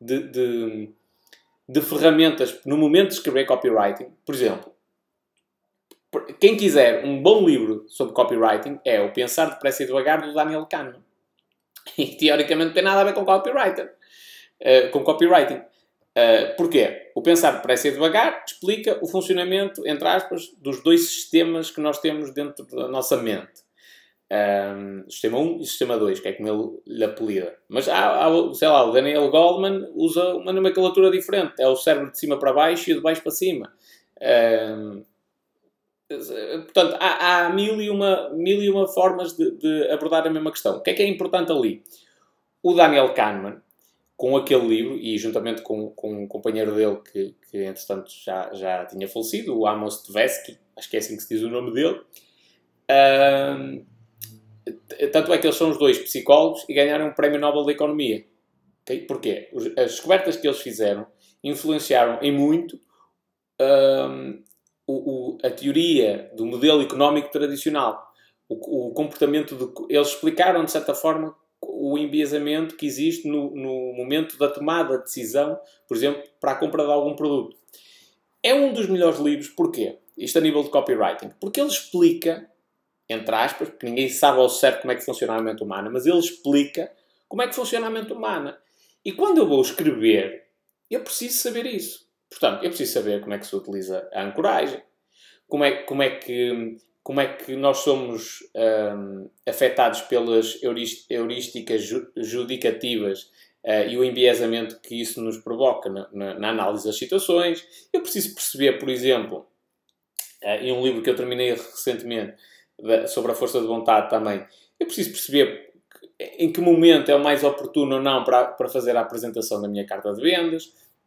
de ferramentas no momento de escrever copywriting. Por exemplo, quem quiser um bom livro sobre copywriting é o Pensar Depressa e Devagar, do Daniel Kahneman. E teoricamente não tem nada a ver com com copywriting. Porquê? O Pensar Depressa e Devagar explica o funcionamento, entre aspas, dos dois sistemas que nós temos dentro da nossa mente. Sistema 1 e Sistema 2, que é como ele lhe apelida. Mas sei lá, o Daniel Goleman usa uma nomenclatura diferente. É o cérebro de cima para baixo e de baixo para cima. Portanto, há mil e uma formas de abordar a mesma questão. O que é importante ali? O Daniel Kahneman, com aquele livro, e juntamente com um companheiro dele que entretanto já tinha falecido, o Amos Tversky, acho que é assim que se diz o nome dele, tanto é que eles são os dois psicólogos e ganharam um Prémio Nobel da Economia. Okay? Porquê? As descobertas que eles fizeram influenciaram em muito a teoria do modelo económico tradicional. O comportamento eles explicaram, de certa forma, o enviesamento que existe no momento da tomada de decisão, por exemplo, para a compra de algum produto. É um dos melhores livros. Porquê? Isto a nível de copywriting. Porque ele explica, entre aspas, porque ninguém sabe ao certo como é que funciona a mente humana, mas ele explica como é que funciona a mente humana. E quando eu vou escrever, eu preciso saber isso. Portanto, eu preciso saber como é que se utiliza a ancoragem, como é que nós somos afetados pelas heurísticas judicativas e o enviesamento que isso nos provoca na análise das situações. Eu preciso perceber, por exemplo, em um livro que eu terminei recentemente, sobre a força de vontade também, eu preciso perceber em que momento é o mais oportuno ou não para fazer a apresentação da minha carta de vendas.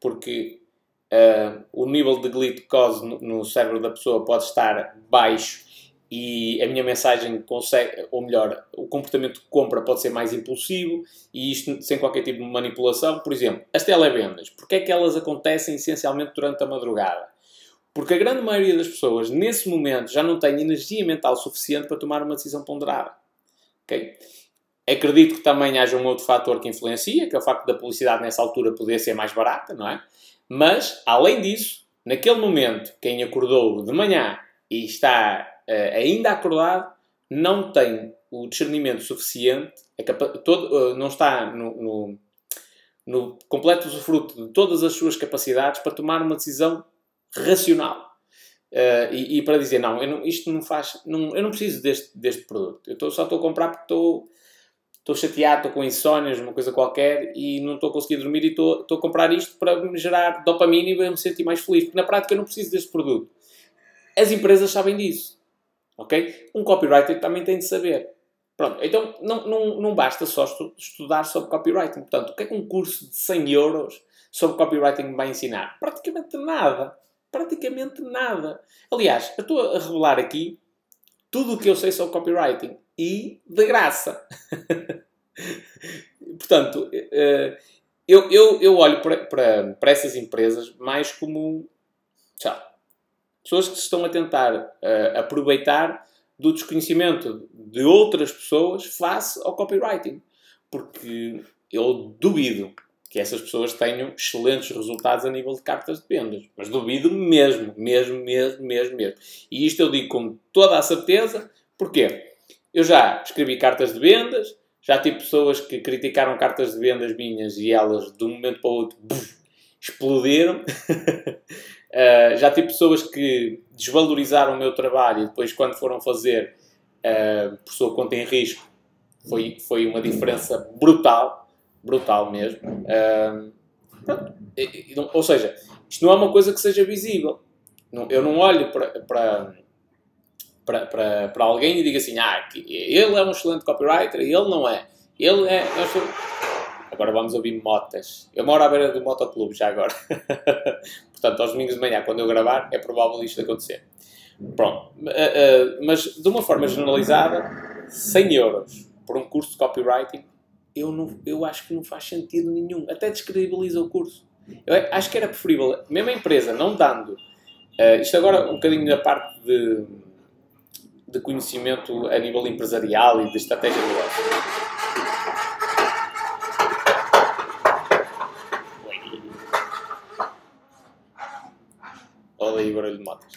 porque o nível de glicose no cérebro da pessoa pode estar baixo e a minha mensagem consegue, ou melhor, o comportamento de compra pode ser mais impulsivo e isto sem qualquer tipo de manipulação. Por exemplo, as televendas. Porque é que elas acontecem essencialmente durante a madrugada? Porque a grande maioria das pessoas, nesse momento, já não tem energia mental suficiente para tomar uma decisão ponderada. Okay? Acredito que também haja um outro fator que influencia, que é o facto da publicidade nessa altura poder ser mais barata, não é? Mas, além disso, naquele momento, quem acordou de manhã e está ainda acordado, não tem o discernimento suficiente, não está no completo usufruto de todas as suas capacidades para tomar uma decisão racional. E para dizer, isto não faz... eu não preciso deste produto. Só estou a comprar porque estou chateado, estou com insónias, uma coisa qualquer, e não estou a conseguir dormir e estou a comprar isto para me gerar dopamina e para me sentir mais feliz. Porque na prática eu não preciso deste produto. As empresas sabem disso. Ok? Um copywriter também tem de saber. Pronto, então não basta só estudar sobre copywriting. Portanto, o que é que um curso de 100 euros sobre copywriting me vai ensinar? Praticamente nada. Praticamente nada. Aliás, eu estou a revelar aqui tudo o que eu sei sobre copywriting. E de graça. Portanto, eu olho para essas empresas mais como... pessoas que se estão a tentar aproveitar do desconhecimento de outras pessoas face ao copywriting. Porque eu duvido que essas pessoas tenham excelentes resultados a nível de cartas de vendas. Mas duvido mesmo. E isto eu digo com toda a certeza. Porquê? Eu já escrevi cartas de vendas, já tive pessoas que criticaram cartas de vendas minhas e elas, de um momento para o outro, explodiram. Já tive pessoas que desvalorizaram o meu trabalho e depois, quando foram fazer por sua conta em risco, foi uma diferença brutal mesmo. Ou seja, isto não é uma coisa que seja visível. Eu não olho para alguém e digo assim, ele é um excelente copywriter, ele não é. Ele é... Agora vamos ouvir motas. Eu moro à beira do motoclube já agora. Portanto, aos domingos de manhã, quando eu gravar, é provável isto acontecer. Pronto. Mas, de uma forma generalizada, 100 euros por um curso de copywriting, eu acho que não faz sentido nenhum. Até descredibiliza o curso. Eu acho que era preferível, mesmo a empresa não dando... isto agora um bocadinho da parte de conhecimento a nível empresarial e de estratégia de negócio. Olha aí o barulho de motas.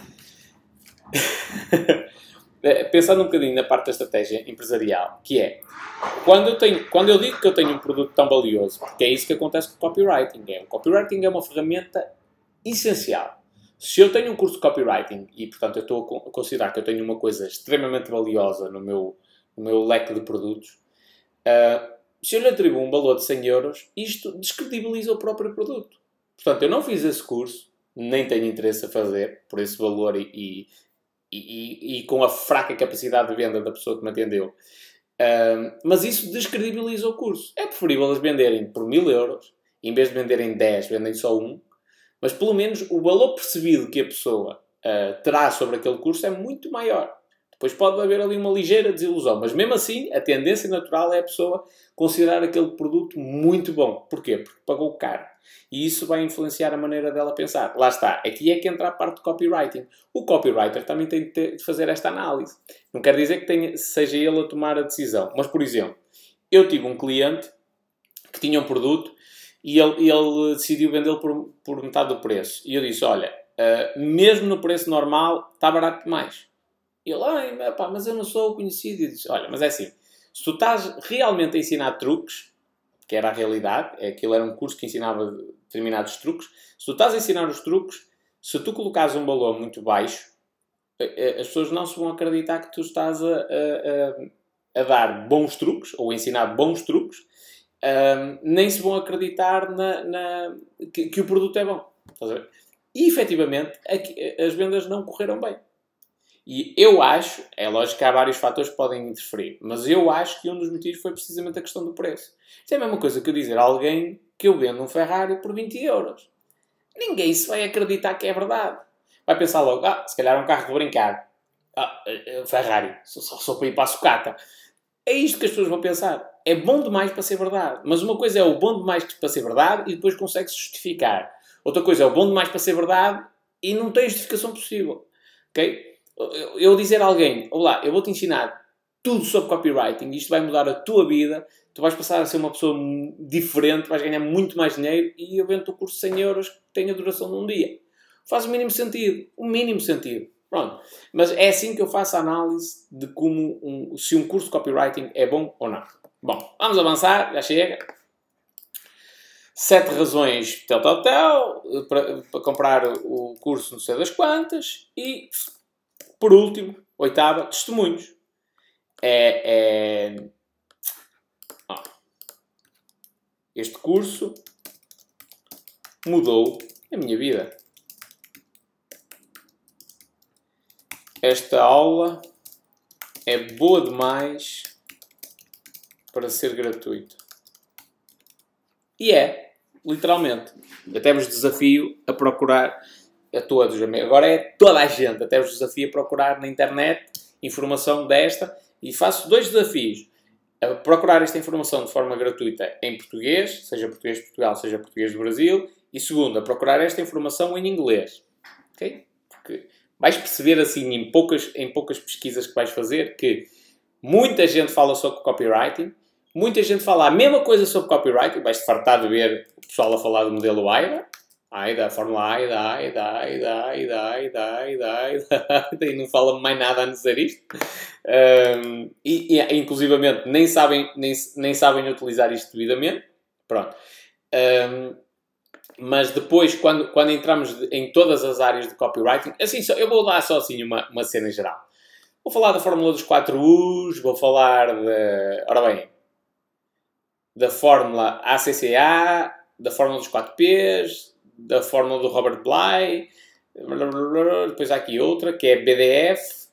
Pensando um bocadinho na parte da estratégia empresarial, que é, quando eu digo que eu tenho um produto tão valioso, porque é isso que acontece com o copywriting. O copywriting é uma ferramenta essencial. Se eu tenho um curso de copywriting e, portanto, eu estou a considerar que eu tenho uma coisa extremamente valiosa no meu leque de produtos, se eu lhe atribuo um valor de 100 euros, isto descredibiliza o próprio produto. Portanto, eu não fiz esse curso, nem tenho interesse a fazer por esse valor e com a fraca capacidade de venda da pessoa que me atendeu. Mas isso descredibiliza o curso. É preferível eles venderem por 1000 euros, em vez de venderem 10, vendem só 1. Mas pelo menos o valor percebido que a pessoa terá sobre aquele curso é muito maior. Depois pode haver ali uma ligeira desilusão. Mas mesmo assim, a tendência natural é a pessoa considerar aquele produto muito bom. Porquê? Porque pagou caro. E isso vai influenciar a maneira dela pensar. Lá está. Aqui é que entra a parte do copywriting. O copywriter também tem de fazer esta análise. Não quer dizer que seja ele a tomar a decisão. Mas, por exemplo, eu tive um cliente que tinha um produto e ele decidiu vendê-lo por metade do preço. E eu disse, olha, mesmo no preço normal, está barato demais. E ele, mas eu não sou conhecido. E disse, olha, mas é assim, se tu estás realmente a ensinar truques, que era a realidade, aquilo era um curso que ensinava determinados truques, se tu estás a ensinar os truques, se tu colocares um valor muito baixo, as pessoas não se vão acreditar que tu estás a dar bons truques, ou a ensinar bons truques, nem se vão acreditar que o produto é bom. Estás a ver? E, efetivamente, as vendas não correram bem. E eu acho, é lógico que há vários fatores que podem interferir, mas eu acho que um dos motivos foi precisamente a questão do preço. Isto é a mesma coisa que eu dizer a alguém que eu vendo um Ferrari por 20 euros. Ninguém se vai acreditar que é verdade. Vai pensar logo, se calhar é um carro de brincar. Ferrari, só para ir para a sucata. É isto que as pessoas vão pensar. É bom demais para ser verdade. Mas uma coisa é o bom demais para ser verdade e depois consegue-se justificar. Outra coisa é o bom demais para ser verdade e não tem justificação possível. Ok? Eu dizer a alguém, olá, eu vou-te ensinar tudo sobre copywriting, isto vai mudar a tua vida, tu vais passar a ser uma pessoa diferente, vais ganhar muito mais dinheiro e eu vendo o curso de 100 euros que tem a duração de um dia. Faz o mínimo sentido. O mínimo sentido. Pronto. Mas é assim que eu faço a análise de como se um curso de copywriting é bom ou não. Bom, vamos avançar, já chega. 7 razões para comprar o curso não sei das quantas. E, por último, 8ª, testemunhos. Este curso mudou a minha vida. Esta aula é boa demais para ser gratuita. E é, literalmente. Até vos desafio a procurar a todos. Agora é toda a gente. Até vos desafio a procurar na internet informação desta. E faço 2 desafios. A procurar esta informação de forma gratuita em português, seja português de Portugal, seja português do Brasil. E segundo, a procurar esta informação em inglês. Ok? Porque vais perceber assim em poucas pesquisas que vais fazer que muita gente fala sobre copywriting, muita gente fala a mesma coisa sobre copywriting, vais-te fartar de ver o pessoal a falar do modelo AIDA, a fórmula AIDA, e não fala mais nada a não ser isto. Inclusivamente nem sabem utilizar isto devidamente. Pronto. Mas depois, quando entramos em todas as áreas de copywriting, assim, eu vou dar só assim uma cena geral. Vou falar da fórmula dos 4 U's, vou falar da fórmula ACCA, da fórmula dos 4 P's, da fórmula do Robert Bly, depois há aqui outra, que é BDF.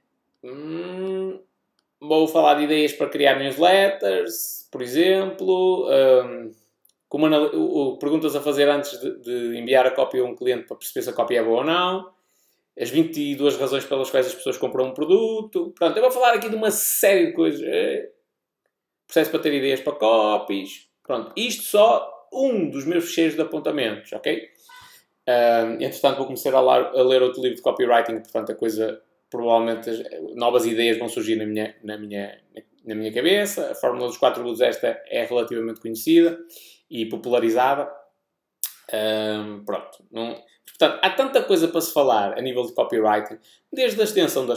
Vou falar de ideias para criar newsletters, por exemplo. Perguntas a fazer antes de enviar a cópia a um cliente para perceber se a cópia é boa ou não. As 22 razões pelas quais as pessoas compram um produto. Pronto, eu vou falar aqui de uma série de coisas. Processo para ter ideias para copies. Pronto, isto só um dos meus fecheiros de apontamentos, ok? Entretanto, vou começar a ler outro livro de copywriting, portanto, a coisa, provavelmente, novas ideias vão surgir na minha cabeça. A fórmula dos 4 U's, esta é relativamente conhecida e popularizada. Pronto. Portanto, há tanta coisa para se falar a nível de copywriting, desde a extensão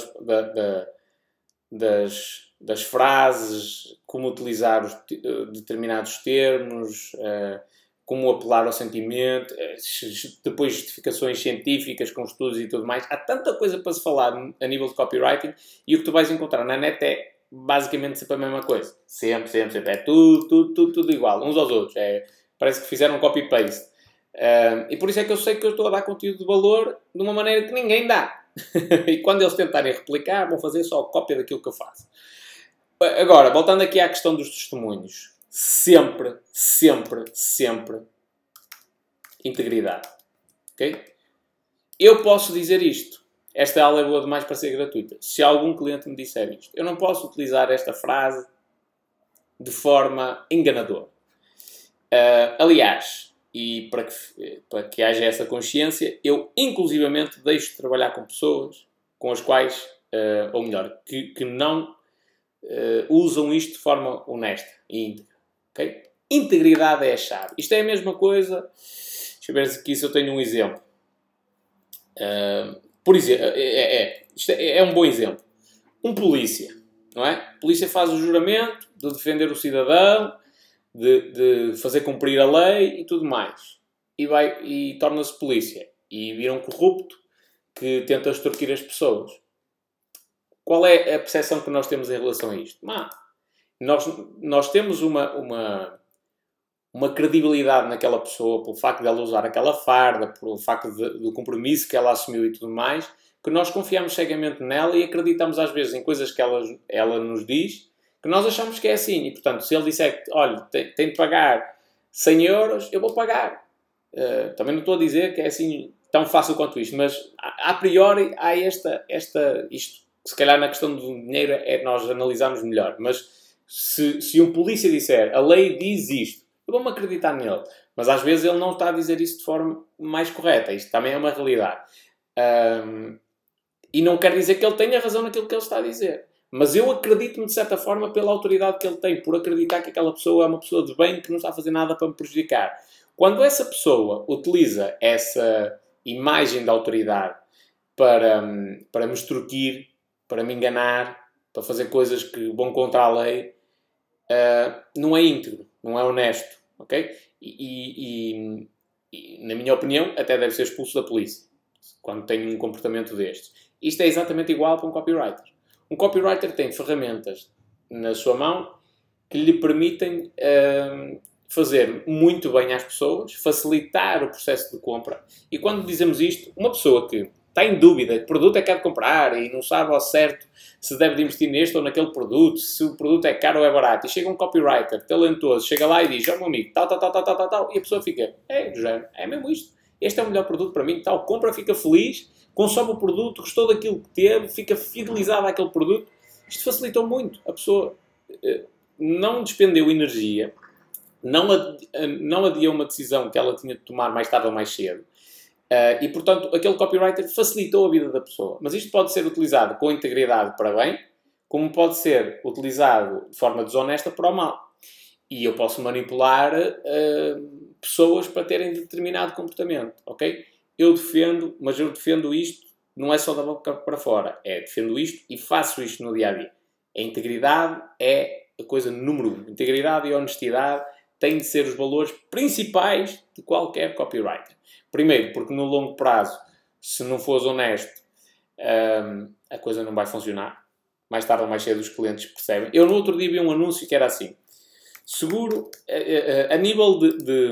das frases, como utilizar determinados termos, como apelar ao sentimento, depois justificações científicas com estudos e tudo mais. Há tanta coisa para se falar a nível de copywriting e o que tu vais encontrar na net é basicamente sempre a mesma coisa. Sempre. É tudo igual, uns aos outros. Parece que fizeram um copy-paste. E por isso é que eu sei que eu estou a dar conteúdo de valor de uma maneira que ninguém dá. E quando eles tentarem replicar, vão fazer só cópia daquilo que eu faço. Agora, voltando aqui à questão dos testemunhos. Sempre integridade. Ok? Eu posso dizer isto. Esta aula é boa demais para ser gratuita. Se algum cliente me disser isto, eu não posso utilizar esta frase de forma enganadora. Aliás, e para que haja essa consciência, eu inclusivamente deixo de trabalhar com pessoas com as quais, ou melhor, que não usam isto de forma honesta e íntegra. Okay? Integridade é a chave. Isto é a mesma coisa. Deixa eu ver aqui se eu tenho um exemplo. Por exemplo, isto é um bom exemplo. Um polícia, não é? O polícia faz o juramento de defender o cidadão, de fazer cumprir a lei e tudo mais. E torna-se polícia. E vira um corrupto que tenta extorquir as pessoas. Qual é a percepção que nós temos em relação a isto? Nós temos uma credibilidade naquela pessoa pelo facto de ela usar aquela farda, pelo facto do compromisso que ela assumiu e tudo mais, que nós confiamos cegamente nela e acreditamos às vezes em coisas que ela nos diz, que nós achamos que é assim. E, portanto, se ele disser que, olha, tem de pagar 100 euros, eu vou pagar. Também não estou a dizer que é assim tão fácil quanto isto, mas a priori há isto, se calhar na questão do dinheiro é nós analisarmos melhor, mas se um polícia disser a lei diz isto, eu vou-me acreditar nele, mas às vezes ele não está a dizer isso de forma mais correta, isto também é uma realidade. E não quer dizer que ele tenha razão naquilo que ele está a dizer. Mas eu acredito-me, de certa forma, pela autoridade que ele tem, por acreditar que aquela pessoa é uma pessoa de bem que não está a fazer nada para me prejudicar. Quando essa pessoa utiliza essa imagem de autoridade para me extorquir, para me enganar, para fazer coisas que vão contra a lei, não é íntegro, não é honesto. Okay? E, na minha opinião, até deve ser expulso da polícia quando tem um comportamento destes. Isto é exatamente igual para um copywriter. Um copywriter tem ferramentas na sua mão que lhe permitem fazer muito bem às pessoas, facilitar o processo de compra. E quando dizemos isto, uma pessoa que está em dúvida que produto é que quer de comprar e não sabe ao certo se deve de investir neste ou naquele produto, se o produto é caro ou é barato, e chega um copywriter talentoso, chega lá e diz, ó meu amigo, tal, e a pessoa fica, do género, é mesmo isto. Este é o melhor produto para mim, tal, compra, fica feliz, consome o produto, gostou daquilo que teve, fica fidelizado àquele produto. Isto facilitou muito. A pessoa não despendeu energia, não adiou uma decisão que ela tinha de tomar mais tarde ou mais cedo. E, portanto, aquele copywriter facilitou a vida da pessoa. Mas isto pode ser utilizado com integridade para bem, como pode ser utilizado de forma desonesta para o mal. E eu posso manipular pessoas para terem determinado comportamento, ok? Eu defendo isto, não é só da boca para fora. Defendo isto e faço isto no dia-a-dia. A integridade é a coisa número 1. Integridade e honestidade têm de ser os valores principais de qualquer copywriter. Primeiro, porque no longo prazo, se não fores honesto, a coisa não vai funcionar. Mais tarde ou mais cedo os clientes percebem. Eu no outro dia vi um anúncio que era assim. Seguro, a nível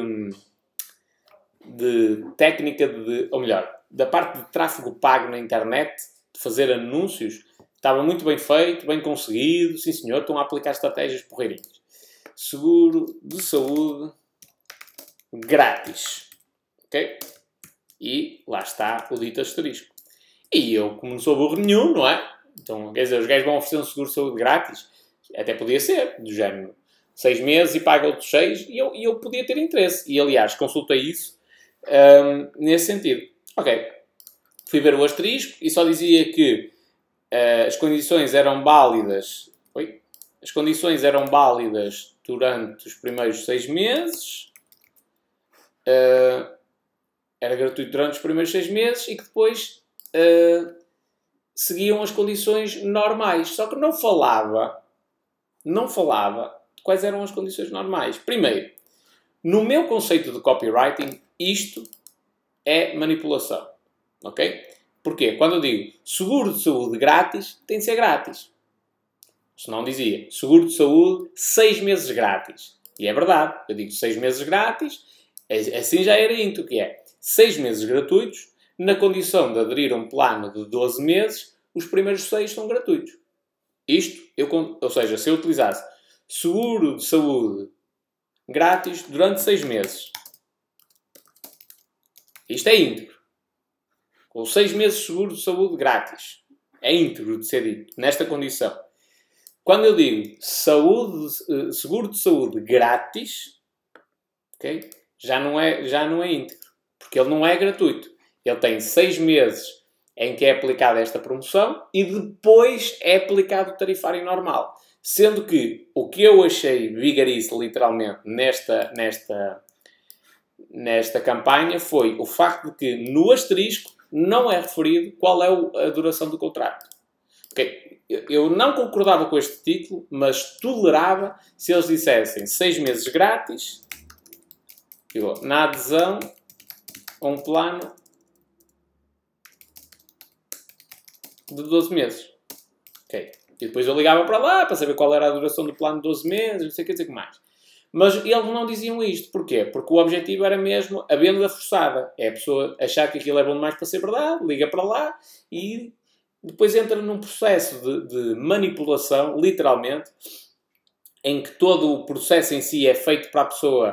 de técnica, ou melhor, da parte de tráfego pago na internet, de fazer anúncios, estava muito bem feito, bem conseguido. Sim, senhor, estão a aplicar estratégias porreirinhas. Seguro de saúde grátis. Ok? E lá está o dito asterisco. E eu, como não sou burro nenhum, não é? Então, quer dizer, os gajos vão oferecer um seguro de saúde grátis. Até podia ser, do género 6 meses e paga outros 6, e eu podia ter interesse. E, aliás, consultei isso nesse sentido. Ok. Fui ver o asterisco e só dizia que as condições eram válidas. As condições eram válidas durante os primeiros 6 meses. Era gratuito durante os primeiros 6 meses e que depois seguiam as condições normais. Só que não falava de quais eram as condições normais. Primeiro, no meu conceito de copywriting, isto é manipulação. Ok? Porquê? Quando eu digo seguro de saúde grátis, tem de ser grátis. Se não dizia seguro de saúde 6 meses grátis. E é verdade. Eu digo 6 meses grátis, assim já era íntegro, que é 6 meses gratuitos, na condição de aderir a um plano de 12 meses, os primeiros 6 são gratuitos. Isto, ou seja, se eu utilizasse seguro de saúde grátis durante 6 meses, isto é íntegro. Com 6 meses de seguro de saúde grátis. É íntegro de ser dito, nesta condição. Quando eu digo seguro de saúde grátis, okay, já não é íntegro. Porque ele não é gratuito. Ele tem 6 meses em que é aplicada esta promoção e depois é aplicado o tarifário normal. Sendo que o que eu achei vigarice, literalmente, nesta campanha foi o facto de que no asterisco não é referido qual é a duração do contrato. Okay? Eu não concordava com este título, mas tolerava se eles dissessem 6 meses grátis na adesão a um plano de 12 meses. Okay. E depois eu ligava para lá para saber qual era a duração do plano de 12 meses, não sei o que dizer que mais. Mas eles não diziam isto. Porquê? Porque o objetivo era mesmo a venda forçada. É a pessoa achar que aquilo é bom demais para ser verdade, liga para lá e depois entra num processo de manipulação, literalmente, em que todo o processo em si é feito para a pessoa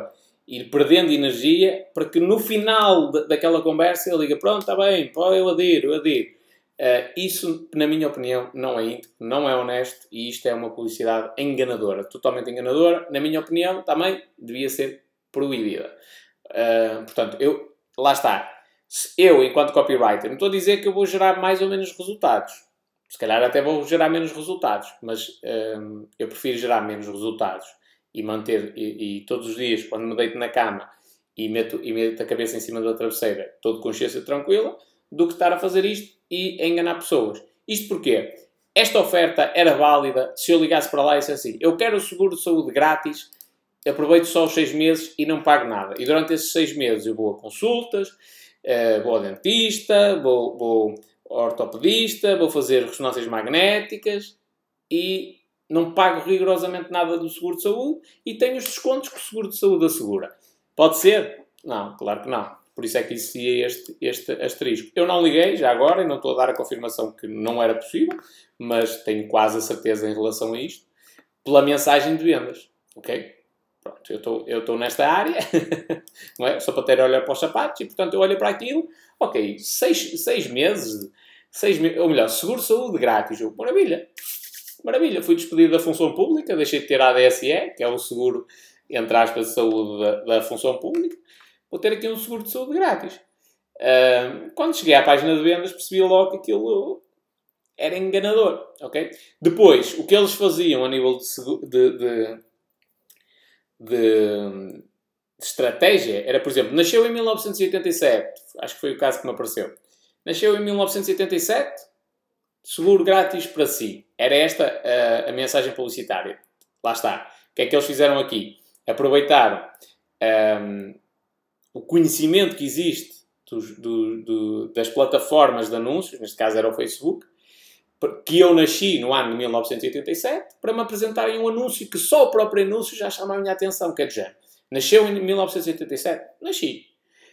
ir perdendo energia para que no final daquela conversa ele diga, pronto, está bem, pô, eu adiro. Isso, na minha opinião, não é íntegro, não é honesto e isto é uma publicidade enganadora, totalmente enganadora. Na minha opinião, também devia ser proibida. Portanto, lá está. Eu, enquanto copywriter, não estou a dizer que eu vou gerar mais ou menos resultados. Se calhar até vou gerar menos resultados, mas eu prefiro gerar menos resultados e manter, e todos os dias, quando me deito na cama e meto a cabeça em cima da travesseira, estou de consciência tranquila, do que estar a fazer isto e a enganar pessoas. Isto porquê? Esta oferta era válida se eu ligasse para lá e dissesse assim, eu quero o seguro de saúde grátis, aproveito só os 6 meses e não pago nada. E durante esses 6 meses eu vou a consultas, vou ao dentista, vou ao ortopedista, vou fazer ressonâncias magnéticas e não pago rigorosamente nada do seguro de saúde e tenho os descontos que o seguro de saúde assegura. Pode ser? Não, claro que não. Por isso é que existia este asterisco. Eu não liguei, já agora, e não estou a dar a confirmação que não era possível, mas tenho quase a certeza em relação a isto, pela mensagem de vendas. Ok? Pronto, eu estou nesta área, não é? Só para ter a olhar para os sapatos e, portanto, eu olho para aquilo, ok, 6 meses, ou melhor, seguro de saúde grátis. Maravilha. Maravilha. Fui despedido da função pública, deixei de ter a ADSE, que é o seguro, entre aspas, de saúde da função pública. Vou ter aqui um seguro de saúde grátis. Quando cheguei à página de vendas, percebi logo que aquilo era enganador, ok? Depois, o que eles faziam a nível de estratégia era, por exemplo, nasceu em 1987, acho que foi o caso que me apareceu. Nasceu em 1987, seguro grátis para si. Era esta a mensagem publicitária. Lá está. O que é que eles fizeram aqui? Aproveitaram o conhecimento que existe das plataformas de anúncios, neste caso era o Facebook, que eu nasci no ano de 1987, para me apresentarem um anúncio que só o próprio anúncio já chama a minha atenção, que é de género. Nasceu em 1987? Nasci.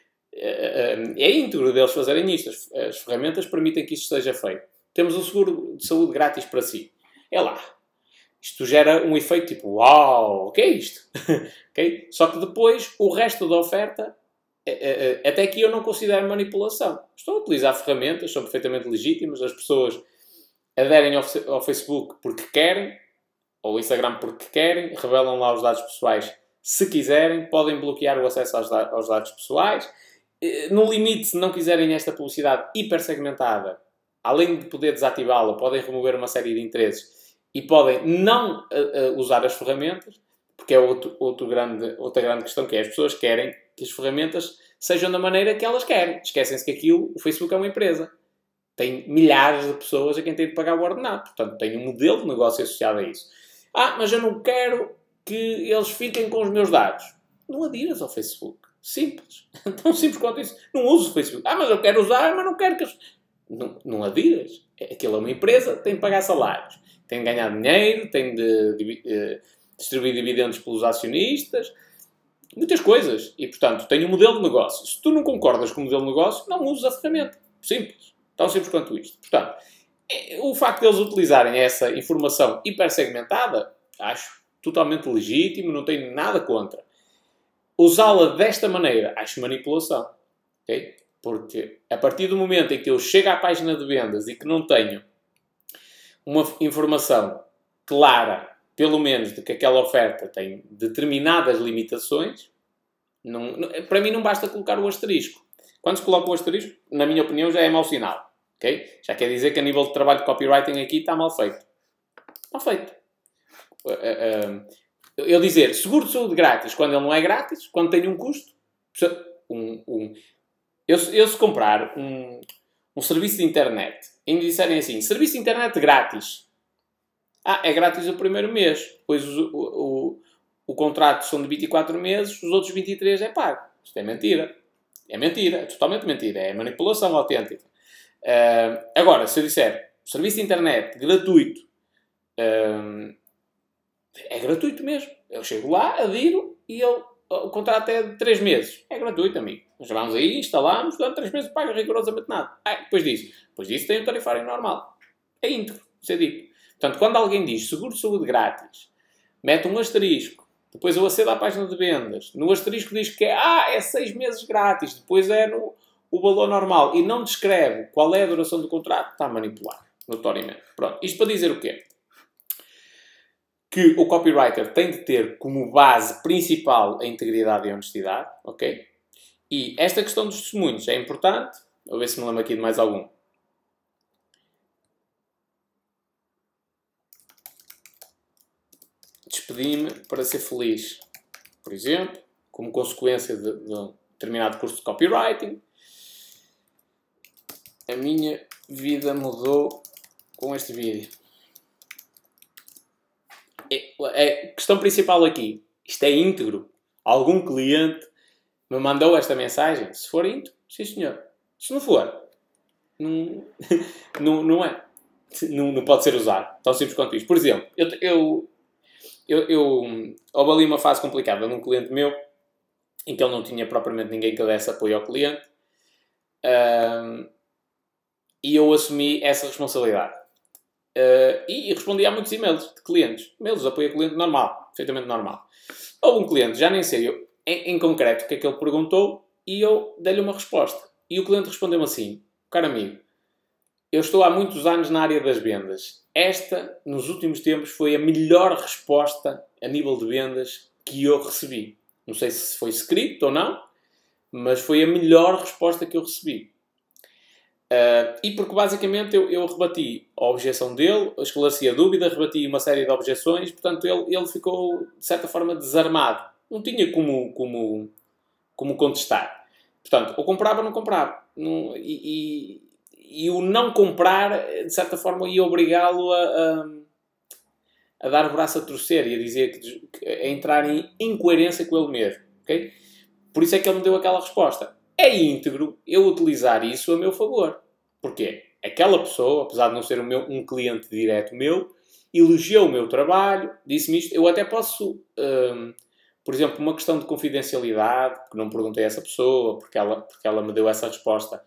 É íntegro deles fazerem isto. As ferramentas permitem que isto seja feito. Temos um seguro de saúde grátis para si. É lá. Isto gera um efeito tipo, uau, o que é isto? Okay? Só que depois, o resto da oferta, até aqui eu não considero manipulação. Estou a utilizar ferramentas, são perfeitamente legítimas, as pessoas aderem ao Facebook porque querem, ou ao Instagram porque querem, revelam lá os dados pessoais se quiserem, podem bloquear o acesso aos dados pessoais. No limite, se não quiserem esta publicidade hipersegmentada, além de poder desativá-la, podem remover uma série de interesses e podem não usar as ferramentas, porque é outra grande questão, que é as pessoas querem que as ferramentas sejam da maneira que elas querem. Esquecem-se que o Facebook é uma empresa. Tem milhares de pessoas a quem tem de pagar o ordenado. Portanto, tem um modelo de negócio associado a isso. Mas eu não quero que eles fiquem com os meus dados. Não adiras ao Facebook. Simples. Tão simples quanto isso. Não uso o Facebook. Mas eu quero usar, mas não quero que... Não adiras. Aquilo é uma empresa, tem de pagar salários. Tem de ganhar dinheiro, tem de distribuir dividendos pelos acionistas. Muitas coisas. E, portanto, tem um modelo de negócio. Se tu não concordas com o modelo de negócio, não uses a ferramenta. Simples. Tão simples quanto isto. Portanto, o facto de eles utilizarem essa informação hipersegmentada, acho totalmente legítimo, não tenho nada contra. Usá-la desta maneira, acho manipulação. Okay? Porque a partir do momento em que eu chego à página de vendas e que não tenho uma informação clara, pelo menos, de que aquela oferta tem determinadas limitações, para mim não basta colocar o asterisco. Quando se coloca o asterisco, na minha opinião, já é mau sinal. Okay? Já quer dizer que a nível de trabalho de copywriting aqui está mal feito. Mal feito. Eu dizer seguro de saúde grátis quando ele não é grátis, quando tem um custo. Eu se comprar um serviço de internet e me disserem assim, serviço de internet grátis. É grátis o primeiro mês. Depois o contrato são de 24 meses, os outros 23 é pago. Isto é mentira. É mentira. É totalmente mentira. É manipulação autêntica. Agora, se eu disser serviço de internet gratuito, é gratuito mesmo. Eu chego lá, adiro e o contrato é de 3 meses. É gratuito, amigo. Nós vamos aí, instalamos, durante 3 meses paga rigorosamente nada. Depois disso tem o tarifário normal. É íntegro, isso é dito. Portanto, quando alguém diz seguro de saúde grátis, mete um asterisco Depois eu acedo à página de vendas. No asterisco diz que é 6 meses grátis. Depois é o valor normal. E não descreve qual é a duração do contrato. Está a manipular, notoriamente. Pronto. Isto para dizer o quê? Que o copywriter tem de ter como base principal a integridade e a honestidade. Ok? E esta questão dos testemunhos é importante. Vou ver se me lembro aqui de mais algum. Despedi-me para ser feliz, por exemplo, como consequência de um determinado curso de copywriting. A minha vida mudou com este vídeo. A questão principal aqui, isto é íntegro. Algum cliente me mandou esta mensagem? Se for íntegro, sim senhor. Se não for, não é. Não pode ser usado. Tão simples quanto isto. Por exemplo, houve ali uma fase complicada de um cliente meu, em que ele não tinha propriamente ninguém que desse apoio ao cliente, e eu assumi essa responsabilidade. E respondi a muitos e-mails de clientes. E-mails de apoio a cliente normal, perfeitamente normal. Houve um cliente, já nem sei em concreto o que é que ele perguntou, e eu dei-lhe uma resposta. E o cliente respondeu-me assim: caro amigo, eu estou há muitos anos na área das vendas. Esta, nos últimos tempos, foi a melhor resposta a nível de vendas que eu recebi. Não sei se foi script ou não, mas foi a melhor resposta que eu recebi. E porque basicamente eu rebati a objeção dele, esclareci a dúvida, rebati uma série de objeções, portanto ele ficou, de certa forma, desarmado. Não tinha como contestar. Portanto, ou comprava ou não comprava. E o não comprar, de certa forma, ia obrigá-lo a dar o braço a torcer e a dizer a entrar em incoerência com ele mesmo. Okay? Por isso é que ele me deu aquela resposta. É íntegro eu utilizar isso a meu favor. Porquê? Aquela pessoa, apesar de não ser um cliente direto meu, elogiou o meu trabalho, disse-me isto. Eu até posso, por exemplo, uma questão de confidencialidade, que não perguntei a essa pessoa, porque ela me deu essa resposta.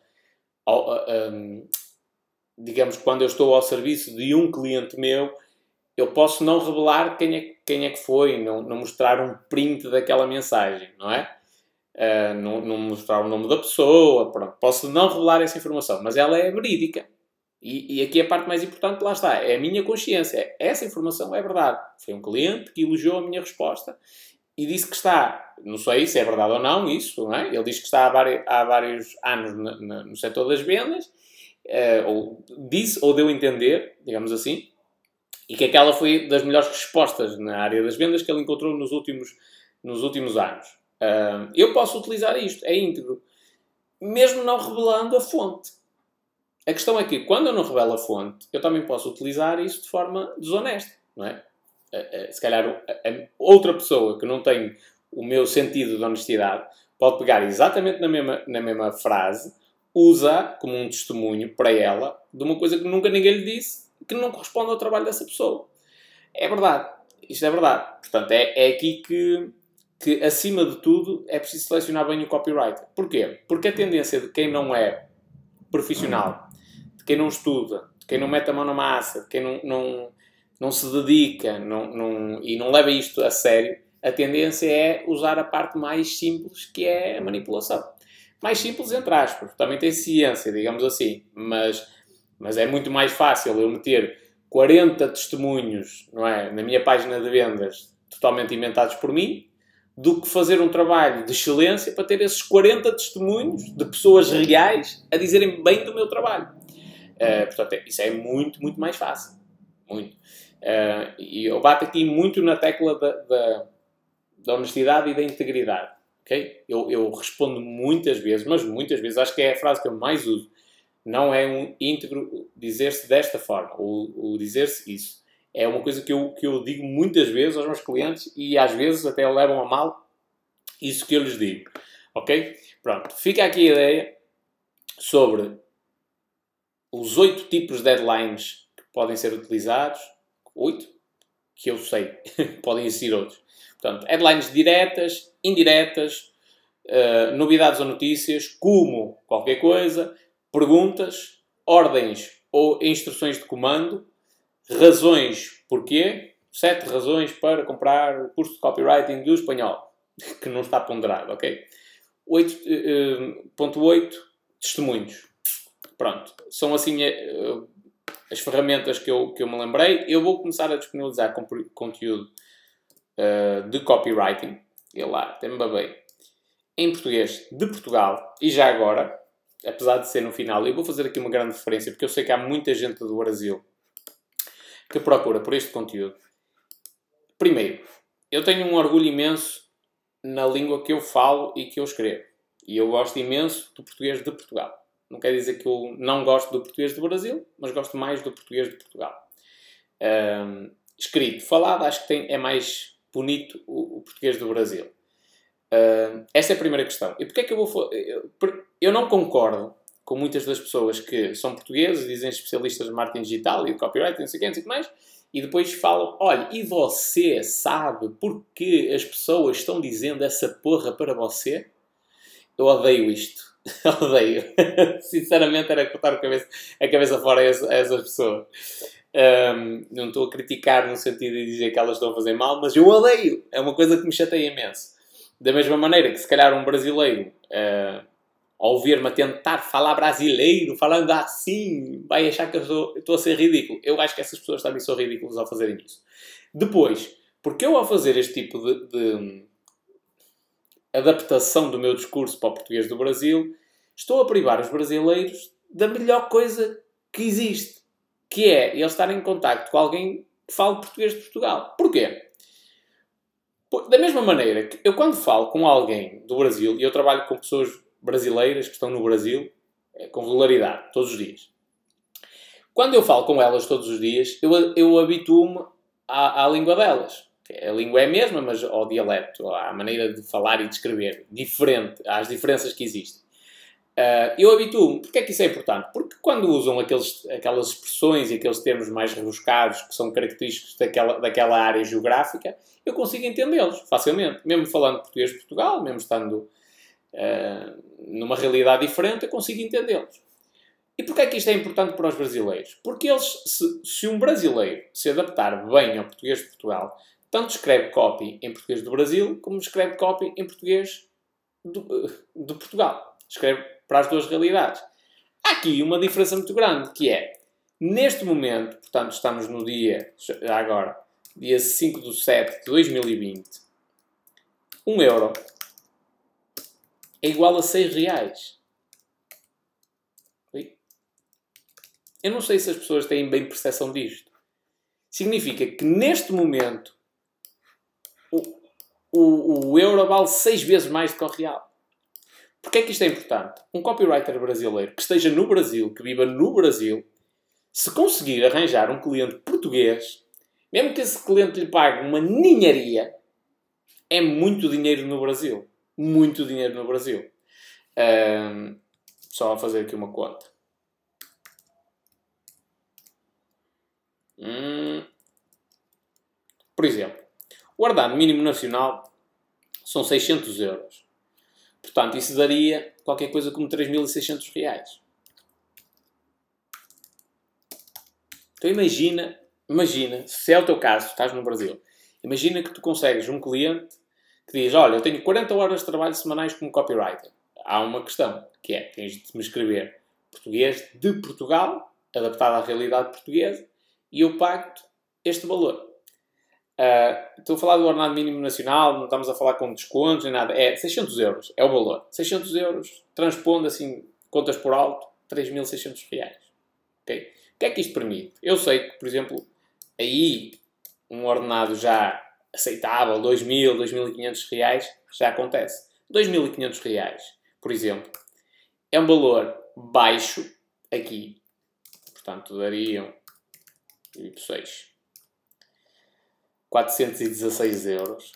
Digamos, quando eu estou ao serviço de um cliente meu, eu posso não revelar quem é que foi, não mostrar um print daquela mensagem, não é? Não mostrar o nome da pessoa, pronto. Posso não revelar essa informação, mas ela é verídica. E aqui a parte mais importante, lá está, é a minha consciência. Essa informação é verdade. Foi um cliente que elogiou a minha resposta e disse que está, não sei se é verdade ou não, isso, não é? Ele diz que está há vários anos no setor das vendas, ou disse, ou deu a entender, digamos assim, e que aquela foi das melhores respostas na área das vendas que ele encontrou nos últimos anos. Eu posso utilizar isto, é íntegro, mesmo não revelando a fonte. A questão é que, quando eu não revelo a fonte, eu também posso utilizar isso de forma desonesta, não é? Se calhar outra pessoa que não tem o meu sentido de honestidade pode pegar exatamente na mesma frase, usa como um testemunho para ela de uma coisa que nunca ninguém lhe disse, que não corresponde ao trabalho dessa pessoa. É verdade. Isto é verdade. Portanto, é aqui que, acima de tudo, é preciso selecionar bem o copywriter. Porquê? Porque a tendência de quem não é profissional, de quem não estuda, de quem não mete a mão na massa, de quem não se dedica e não leva isto a sério, a tendência é usar a parte mais simples, que é a manipulação. Mais simples, entre aspas. Também tem ciência, digamos assim. Mas é muito mais fácil eu meter 40 testemunhos, não é, na minha página de vendas totalmente inventados por mim, do que fazer um trabalho de excelência para ter esses 40 testemunhos de pessoas reais a dizerem bem do meu trabalho. Portanto, isso é muito, muito mais fácil. Muito. E eu bato aqui muito na tecla da honestidade e da integridade. Okay? Eu respondo muitas vezes, mas muitas vezes, acho que é a frase que eu mais uso. Não é um íntegro dizer-se desta forma, ou dizer-se isso. É uma coisa que eu digo muitas vezes aos meus clientes e às vezes até levam a mal isso que eu lhes digo. Ok? Pronto. Fica aqui a ideia sobre os 8 tipos de deadlines que podem ser utilizados. 8? Que eu sei. Podem existir outros. Portanto, headlines diretas, indiretas, novidades ou notícias, como qualquer coisa, perguntas, ordens ou instruções de comando, razões porquê 7 razões para comprar o curso de copywriting do espanhol, que não está ponderado, ok? 8.8 testemunhos. Pronto. São assim as ferramentas que eu me lembrei. Eu vou começar a disponibilizar conteúdo de copywriting. E lá, até me babei. Em português de Portugal. E já agora, apesar de ser no final, eu vou fazer aqui uma grande referência, porque eu sei que há muita gente do Brasil que procura por este conteúdo. Primeiro, eu tenho um orgulho imenso na língua que eu falo e que eu escrevo. E eu gosto imenso do português de Portugal. Não quer dizer que eu não gosto do português do Brasil, mas gosto mais do português de Portugal. Escrito, falado, acho que é mais bonito o português do Brasil. Essa é a primeira questão. E porquê é que eu não concordo com muitas das pessoas que são portugueses, dizem especialistas de marketing digital e de copyright, não sei o que mais, e depois falam, olha, e você sabe porque as pessoas estão dizendo essa porra para você? Eu odeio isto. Odeio. Sinceramente, era cortar a cabeça fora a essas pessoas. Não estou a criticar no sentido de dizer que elas estão a fazer mal, mas eu odeio. É uma coisa que me chateia imenso. Da mesma maneira que, se calhar, um brasileiro, ao ouvir-me a tentar falar brasileiro, falando assim, vai achar que eu estou a ser ridículo. Eu acho que essas pessoas também são ridículas ao fazerem isso. Depois, porque eu, ao fazer este tipo de adaptação do meu discurso para o português do Brasil, estou a privar os brasileiros da melhor coisa que existe, que é eles estarem em contacto com alguém que fale português de Portugal. Porquê? Da mesma maneira que eu, quando falo com alguém do Brasil, e eu trabalho com pessoas brasileiras que estão no Brasil, com regularidade, todos os dias. Quando eu falo com elas todos os dias, eu habituo-me à língua delas. A língua é a mesma, mas ao dialeto, à maneira de falar e de escrever, diferente, às diferenças que existem. Eu habituo-me. Porquê é que isso é importante? Porque quando usam aquelas expressões e aqueles termos mais rebuscados que são característicos daquela área geográfica, eu consigo entendê-los facilmente. Mesmo falando português de Portugal, mesmo estando numa realidade diferente, eu consigo entendê-los. E porquê é que isto é importante para os brasileiros? Porque eles, se um brasileiro se adaptar bem ao português de Portugal, tanto escreve copy em português do Brasil, como escreve copy em português de Portugal. Escreve para as duas realidades. Há aqui uma diferença muito grande, que é, neste momento, portanto, estamos no dia 5 de 7 de 2020, 1 euro é igual a 6 reais. Eu não sei se as pessoas têm bem percepção disto. Significa que, neste momento, o euro vale 6 vezes mais do que o real. Porquê é que isto é importante? Um copywriter brasileiro que esteja no Brasil, que viva no Brasil, se conseguir arranjar um cliente português, mesmo que esse cliente lhe pague uma ninharia, é muito dinheiro no Brasil. Muito dinheiro no Brasil. Só a fazer aqui uma conta. Por exemplo, o ordenado mínimo nacional são 600 euros. Portanto, isso daria qualquer coisa como 3.600 reais. Então imagina, se é o teu caso, estás no Brasil, imagina que tu consegues um cliente que diz, olha, eu tenho 40 horas de trabalho semanais como copywriter. Há uma questão, que é, tens de me escrever português de Portugal, adaptado à realidade portuguesa, e eu pago-te este valor. Estou a falar do ordenado mínimo nacional, não estamos a falar com descontos nem nada. É 600 euros, é o valor. 600 euros, transpondo assim, contas por alto, 3.600 reais. Okay? O que é que isto permite? Eu sei que, por exemplo, aí um ordenado já aceitável, 2.000, 2.500 reais, já acontece. 2.500 reais, por exemplo, é um valor baixo aqui. Portanto, dariam 6. 416 euros.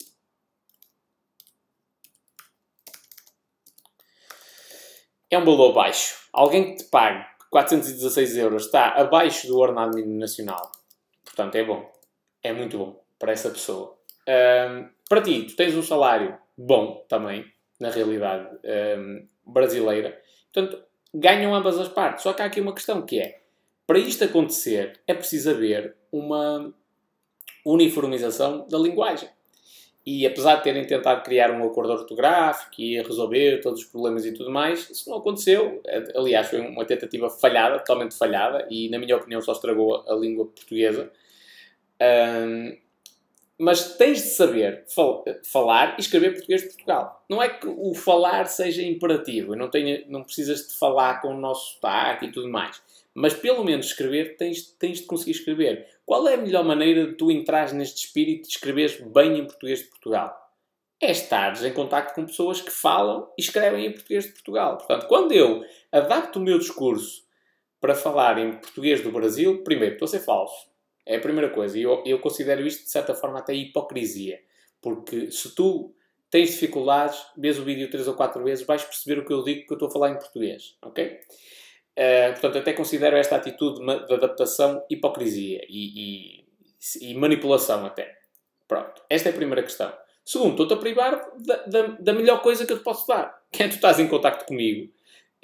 É um valor baixo. Alguém que te pague 416 euros está abaixo do ordenado mínimo nacional. Portanto, é bom. É muito bom para essa pessoa. Para ti, tu tens um salário bom também, na realidade brasileira. Portanto, ganham ambas as partes. Só que há aqui uma questão que é, para isto acontecer, é preciso haver uniformização da linguagem. E apesar de terem tentado criar um acordo ortográfico e resolver todos os problemas e tudo mais, isso não aconteceu. Aliás, foi uma tentativa falhada, totalmente falhada, e na minha opinião só estragou a língua portuguesa. Mas tens de saber falar e escrever português de Portugal. Não é que o falar seja imperativo, não precisas de falar com o nosso sotaque e tudo mais. Mas pelo menos escrever, tens de conseguir escrever. Qual é a melhor maneira de tu entrares neste espírito de escreveres bem em português de Portugal? É estares em contacto com pessoas que falam e escrevem em português de Portugal. Portanto, quando eu adapto o meu discurso para falar em português do Brasil, primeiro, estou a ser falso. É a primeira coisa. E eu considero isto, de certa forma, até hipocrisia. Porque se tu tens dificuldades, vês o vídeo 3 ou 4 vezes, vais perceber o que eu digo, que eu estou a falar em português. Ok? Portanto, até considero esta atitude de adaptação hipocrisia e manipulação até. Pronto. Esta é a primeira questão. Segundo, estou-te a privar da melhor coisa que eu te posso dar. Que é tu estás em contacto comigo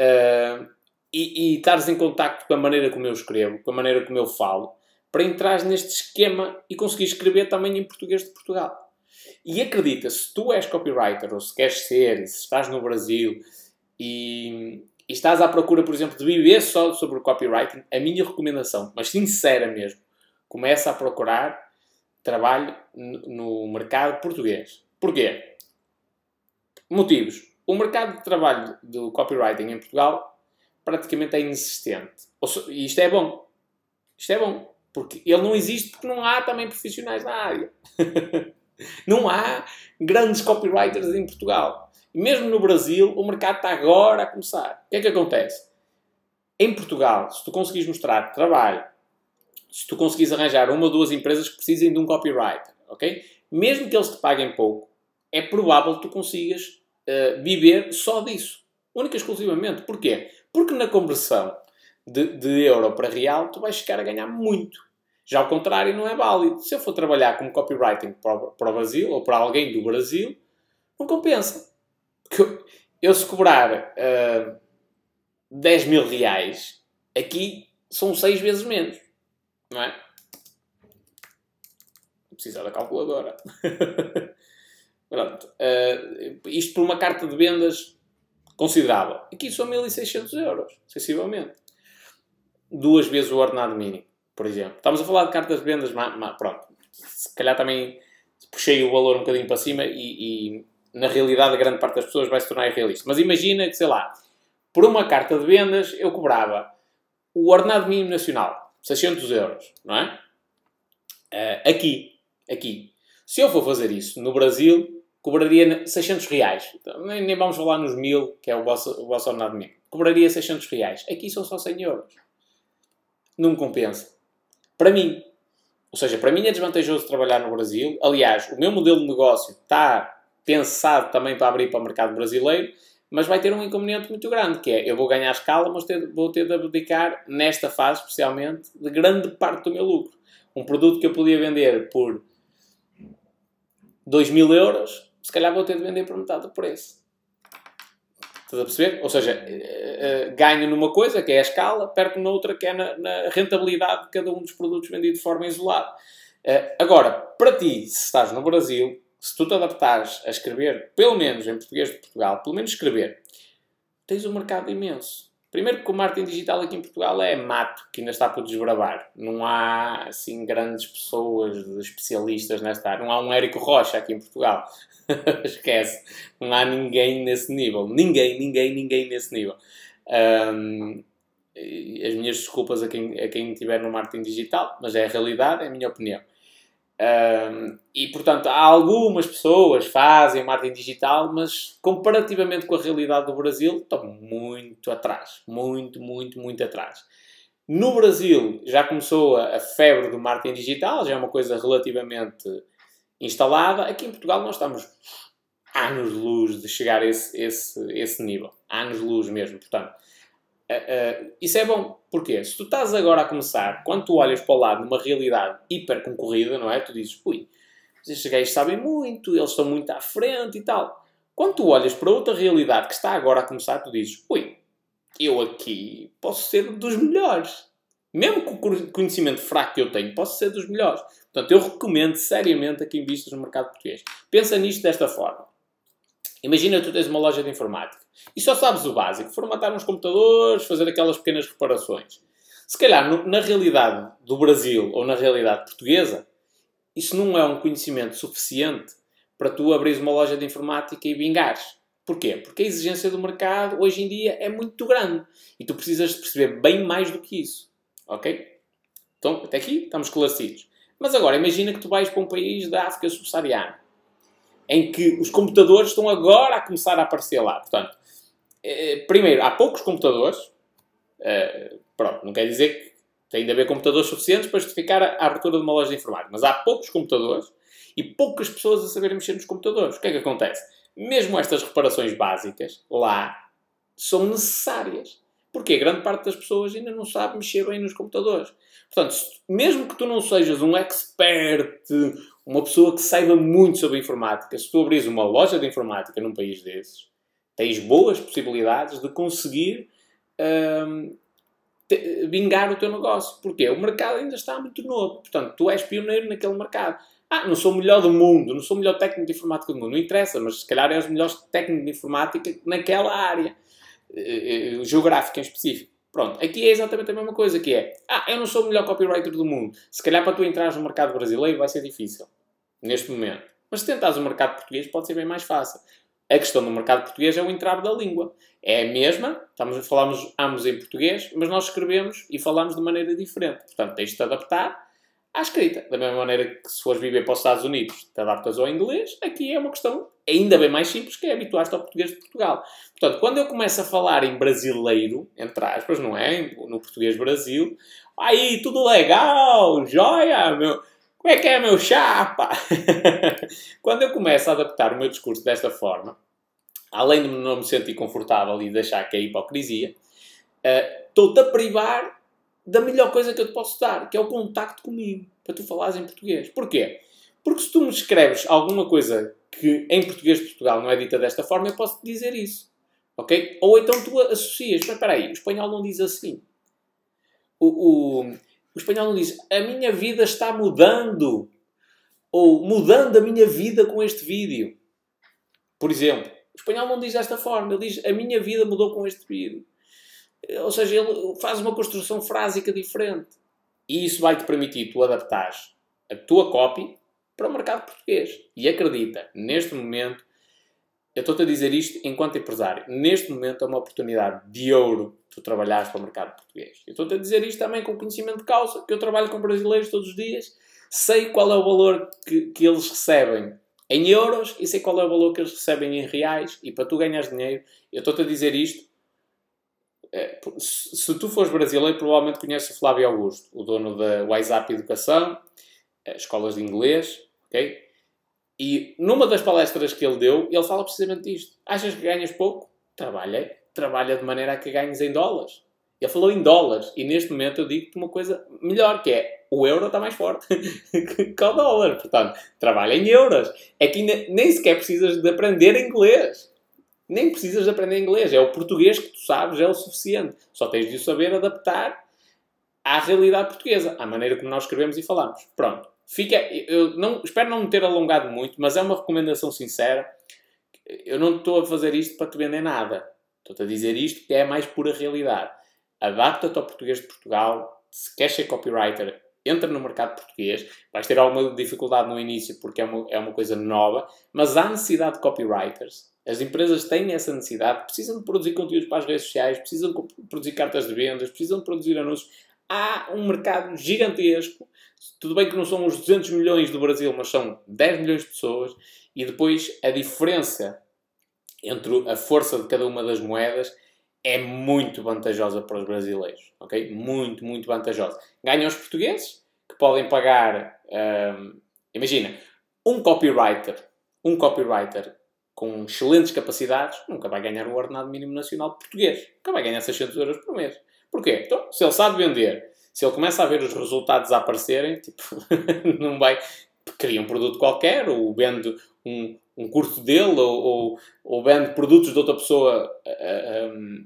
e estares em contacto com a maneira como eu escrevo, com a maneira como eu falo, para entrares neste esquema e conseguir escrever também em português de Portugal. E acredita, se tu és copywriter, ou se queres ser, e se estás no Brasil e estás à procura, por exemplo, de viver só sobre o copywriting, a minha recomendação, mas sincera mesmo, começa a procurar trabalho no mercado português. Porquê? Motivos. O mercado de trabalho do copywriting em Portugal praticamente é inexistente. E isto é bom. Isto é bom. Porque ele não existe porque não há também profissionais na área. Não há grandes copywriters em Portugal. E mesmo no Brasil, o mercado está agora a começar. O que é que acontece? Em Portugal, se tu conseguires mostrar trabalho, se tu conseguires arranjar uma ou duas empresas que precisem de um copywriter, ok? Mesmo que eles te paguem pouco, é provável que tu consigas viver só disso. Única e exclusivamente. Porquê? Porque na conversão de euro para real, tu vais chegar a ganhar muito. Já ao contrário, não é válido. Se eu for trabalhar como copywriting para o Brasil, ou para alguém do Brasil, não compensa. Porque eu se cobrar 10 mil reais, aqui são 6 vezes menos. Não é? Vou precisar da calculadora. Pronto. Isto por uma carta de vendas considerável. Aqui são 1.600 euros, sensivelmente. 2 vezes o ordenado mínimo, por exemplo. Estamos a falar de cartas de vendas, pronto. Se calhar também puxei o valor um bocadinho para cima e na realidade a grande parte das pessoas vai se tornar irrealista. Mas imagina que, sei lá, por uma carta de vendas eu cobrava o ordenado mínimo nacional, 600 euros, não é? Aqui. Se eu for fazer isso no Brasil, cobraria 600 reais. Então, nem vamos falar nos 1.000, que é o vosso ordenado mínimo. Cobraria 600 reais. Aqui são só 100 euros. Não compensa. Para mim. Ou seja, para mim é desvantajoso trabalhar no Brasil. Aliás, o meu modelo de negócio está pensado também para abrir para o mercado brasileiro, mas vai ter um inconveniente muito grande, que é, eu vou ganhar escala, mas vou ter de abdicar, nesta fase especialmente, de grande parte do meu lucro. Um produto que eu podia vender por 2.000 euros, se calhar vou ter de vender por metade do preço. Estás a perceber? Ou seja, ganho numa coisa, que é a escala, perco noutra, que é na rentabilidade de cada um dos produtos vendidos de forma isolada. Agora, para ti, se estás no Brasil, se tu te adaptares a escrever, pelo menos em português de Portugal, pelo menos escrever, tens um mercado imenso. Primeiro que o marketing digital aqui em Portugal é mato, que ainda está por desbravar. Não há, assim, grandes pessoas, especialistas nesta área. Não há um Érico Rocha aqui em Portugal. Esquece. Não há ninguém nesse nível. Ninguém nesse nível. As minhas desculpas a quem estiver no marketing digital, mas é a realidade, é a minha opinião. E, portanto, há algumas pessoas que fazem marketing digital, mas comparativamente com a realidade do Brasil, estão muito atrás. Muito atrás. No Brasil já começou a febre do marketing digital, já é uma coisa relativamente instalada. Aqui em Portugal nós estamos anos-luz de chegar a esse nível. Anos-luz mesmo, portanto. Isso é bom. Porquê? Se tu estás agora a começar, quando tu olhas para o lado numa realidade hiper concorrida, não é? Tu dizes, ui, estes gajos sabem muito, eles estão muito à frente e tal. Quando tu olhas para outra realidade que está agora a começar, tu dizes, ui, eu aqui posso ser dos melhores. Mesmo com o conhecimento fraco que eu tenho, posso ser dos melhores. Portanto, eu recomendo seriamente a quem invista no mercado português. Pensa nisto desta forma. Imagina que tu tens uma loja de informática e só sabes o básico. Formatar uns computadores, fazer aquelas pequenas reparações. Se calhar, na realidade do Brasil ou na realidade portuguesa, isso não é um conhecimento suficiente para tu abrires uma loja de informática e vingares. Porquê? Porque a exigência do mercado hoje em dia é muito grande. E tu precisas de perceber bem mais do que isso. Ok? Então, até aqui estamos esclarecidos. Mas agora, imagina que tu vais para um país da África subsaariana, em que os computadores estão agora a começar a aparecer lá. Portanto, primeiro, há poucos computadores. Pronto, não quer dizer que tem de haver computadores suficientes para justificar a abertura de uma loja de informática. Mas há poucos computadores e poucas pessoas a saberem mexer nos computadores. O que é que acontece? Mesmo estas reparações básicas, lá, são necessárias. Porque grande parte das pessoas ainda não sabe mexer bem nos computadores. Portanto, mesmo que tu não sejas um expert, uma pessoa que saiba muito sobre informática, se tu abris uma loja de informática num país desses, tens boas possibilidades de conseguir vingar o teu negócio. Porquê? O mercado ainda está muito novo. Portanto, tu és pioneiro naquele mercado. Não sou o melhor do mundo, não sou o melhor técnico de informática do mundo. Não interessa, mas se calhar és o melhor técnico de informática naquela área geográfica em específico. Pronto, aqui é exatamente a mesma coisa, que é, eu não sou o melhor copywriter do mundo. Se calhar para tu entrares no mercado brasileiro vai ser difícil, neste momento. Mas se tentares o mercado português pode ser bem mais fácil. A questão do mercado português é o entrave da língua. É a mesma, falamos ambos em português, mas nós escrevemos e falamos de maneira diferente. Portanto, tens de te adaptar à escrita. Da mesma maneira que se fores viver para os Estados Unidos, te adaptas ao inglês, aqui é uma questão ainda bem mais simples, que é habituar-te ao português de Portugal. Portanto, quando eu começo a falar em brasileiro, entre aspas, não é? No português Brasil, aí, tudo legal, joia, meu... Como é que é, meu chapa? Quando eu começo a adaptar o meu discurso desta forma, além de não me sentir confortável e de achar que é hipocrisia, estou-te a privar da melhor coisa que eu te posso dar, que é o contacto comigo, para tu falares em português. Porquê? Porque se tu me escreves alguma coisa que em português de Portugal não é dita desta forma, eu posso te dizer isso. Ok? Ou então tu associas. Mas espera aí, o espanhol não diz assim. O espanhol não diz a minha vida está mudando. Ou mudando a minha vida com este vídeo. Por exemplo, o espanhol não diz desta forma. Ele diz a minha vida mudou com este vídeo. Ou seja, ele faz uma construção frásica diferente. E isso vai-te permitir tu adaptares a tua copy para o mercado português. E acredita, neste momento, eu estou-te a dizer isto enquanto empresário, neste momento é uma oportunidade de ouro tu trabalhares para o mercado português. Eu estou-te a dizer isto também com conhecimento de causa, que eu trabalho com brasileiros todos os dias, sei qual é o valor que eles recebem em euros e sei qual é o valor que eles recebem em reais, e para tu ganhares dinheiro, eu estou-te a dizer isto. Se tu fores brasileiro, provavelmente conheces o Flávio Augusto, o dono da WhatsApp Educação, escolas de inglês, ok? E numa das palestras que ele deu, ele fala precisamente disto. Achas que ganhas pouco? Trabalha de maneira a que ganhes em dólares. Ele falou em dólares. E neste momento eu digo-te uma coisa melhor, que é o euro está mais forte que o dólar. Portanto, trabalha em euros. É que nem sequer precisas de aprender inglês. Nem precisas de aprender inglês. É o português que tu sabes, é o suficiente. Só tens de o saber adaptar à realidade portuguesa, à maneira como nós escrevemos e falamos. Pronto. Espero não me ter alongado muito, mas é uma recomendação sincera. Eu não estou a fazer isto para te vender nada. Estou-te a dizer isto que é a mais pura realidade. Adapta-te ao português de Portugal. Se queres ser copywriter, entra no mercado português. Vais ter alguma dificuldade no início porque é uma coisa nova, mas há necessidade de copywriters. As empresas têm essa necessidade, precisam de produzir conteúdos para as redes sociais, precisam de produzir cartas de vendas, precisam de produzir anúncios. Há um mercado gigantesco. Tudo bem que não são os 200 milhões do Brasil, mas são 10 milhões de pessoas. E depois a diferença entre a força de cada uma das moedas é muito vantajosa para os brasileiros. Ok? Muito, muito vantajosa. Ganham os portugueses, que podem pagar... imagina, um copywriter com excelentes capacidades nunca vai ganhar o ordenado mínimo nacional português. Nunca vai ganhar 600 euros por mês. Porquê? Então, se ele sabe vender, se ele começa a ver os resultados a aparecerem, não vai... Cria um produto qualquer, ou vende um curso dele, ou vende produtos de outra pessoa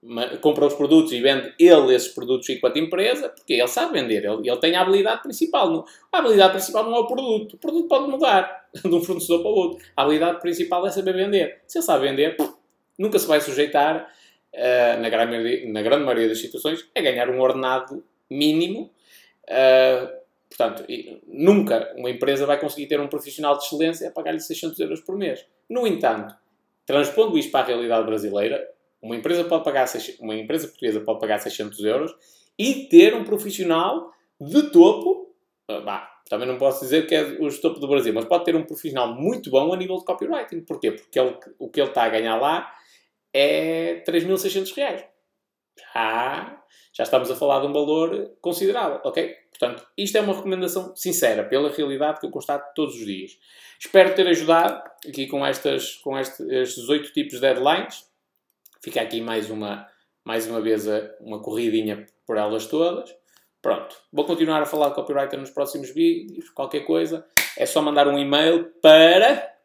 compra os produtos e vende ele esses produtos enquanto empresa, porque ele sabe vender, ele tem a habilidade principal. A habilidade principal não é o produto pode mudar de um fornecedor para o outro. A habilidade principal é saber vender. Se ele sabe vender, nunca se vai sujeitar, na grande maioria das situações, a ganhar um ordenado mínimo. Portanto, nunca uma empresa vai conseguir ter um profissional de excelência a pagar-lhe 600 euros por mês. No entanto, transpondo isto para a realidade brasileira, uma empresa portuguesa pode pagar 600 euros e ter um profissional de topo, também não posso dizer que é o topo do Brasil, mas pode ter um profissional muito bom a nível de copywriting. Porquê? Porque o que ele está a ganhar lá é 3.600 reais. Já estamos a falar de um valor considerável, ok? Portanto, isto é uma recomendação sincera, pela realidade que eu constato todos os dias. Espero ter ajudado aqui com estes 8 tipos de deadlines. Fica aqui mais uma vez uma corridinha por elas todas. Pronto. Vou continuar a falar de copywriter nos próximos vídeos. Qualquer coisa, é só mandar um e-mail para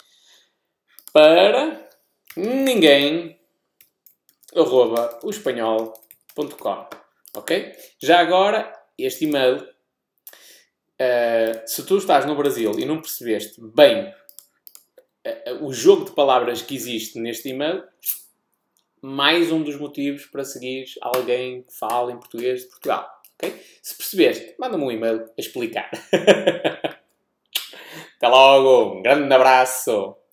ninguém@oespanhol.com. Ok? Já agora, este e-mail, se tu estás no Brasil e não percebeste bem o jogo de palavras que existe neste e-mail, mais um dos motivos para seguires alguém que fala em português de Portugal. Okay? Se percebeste, manda-me um e-mail a explicar. Até logo, um grande abraço.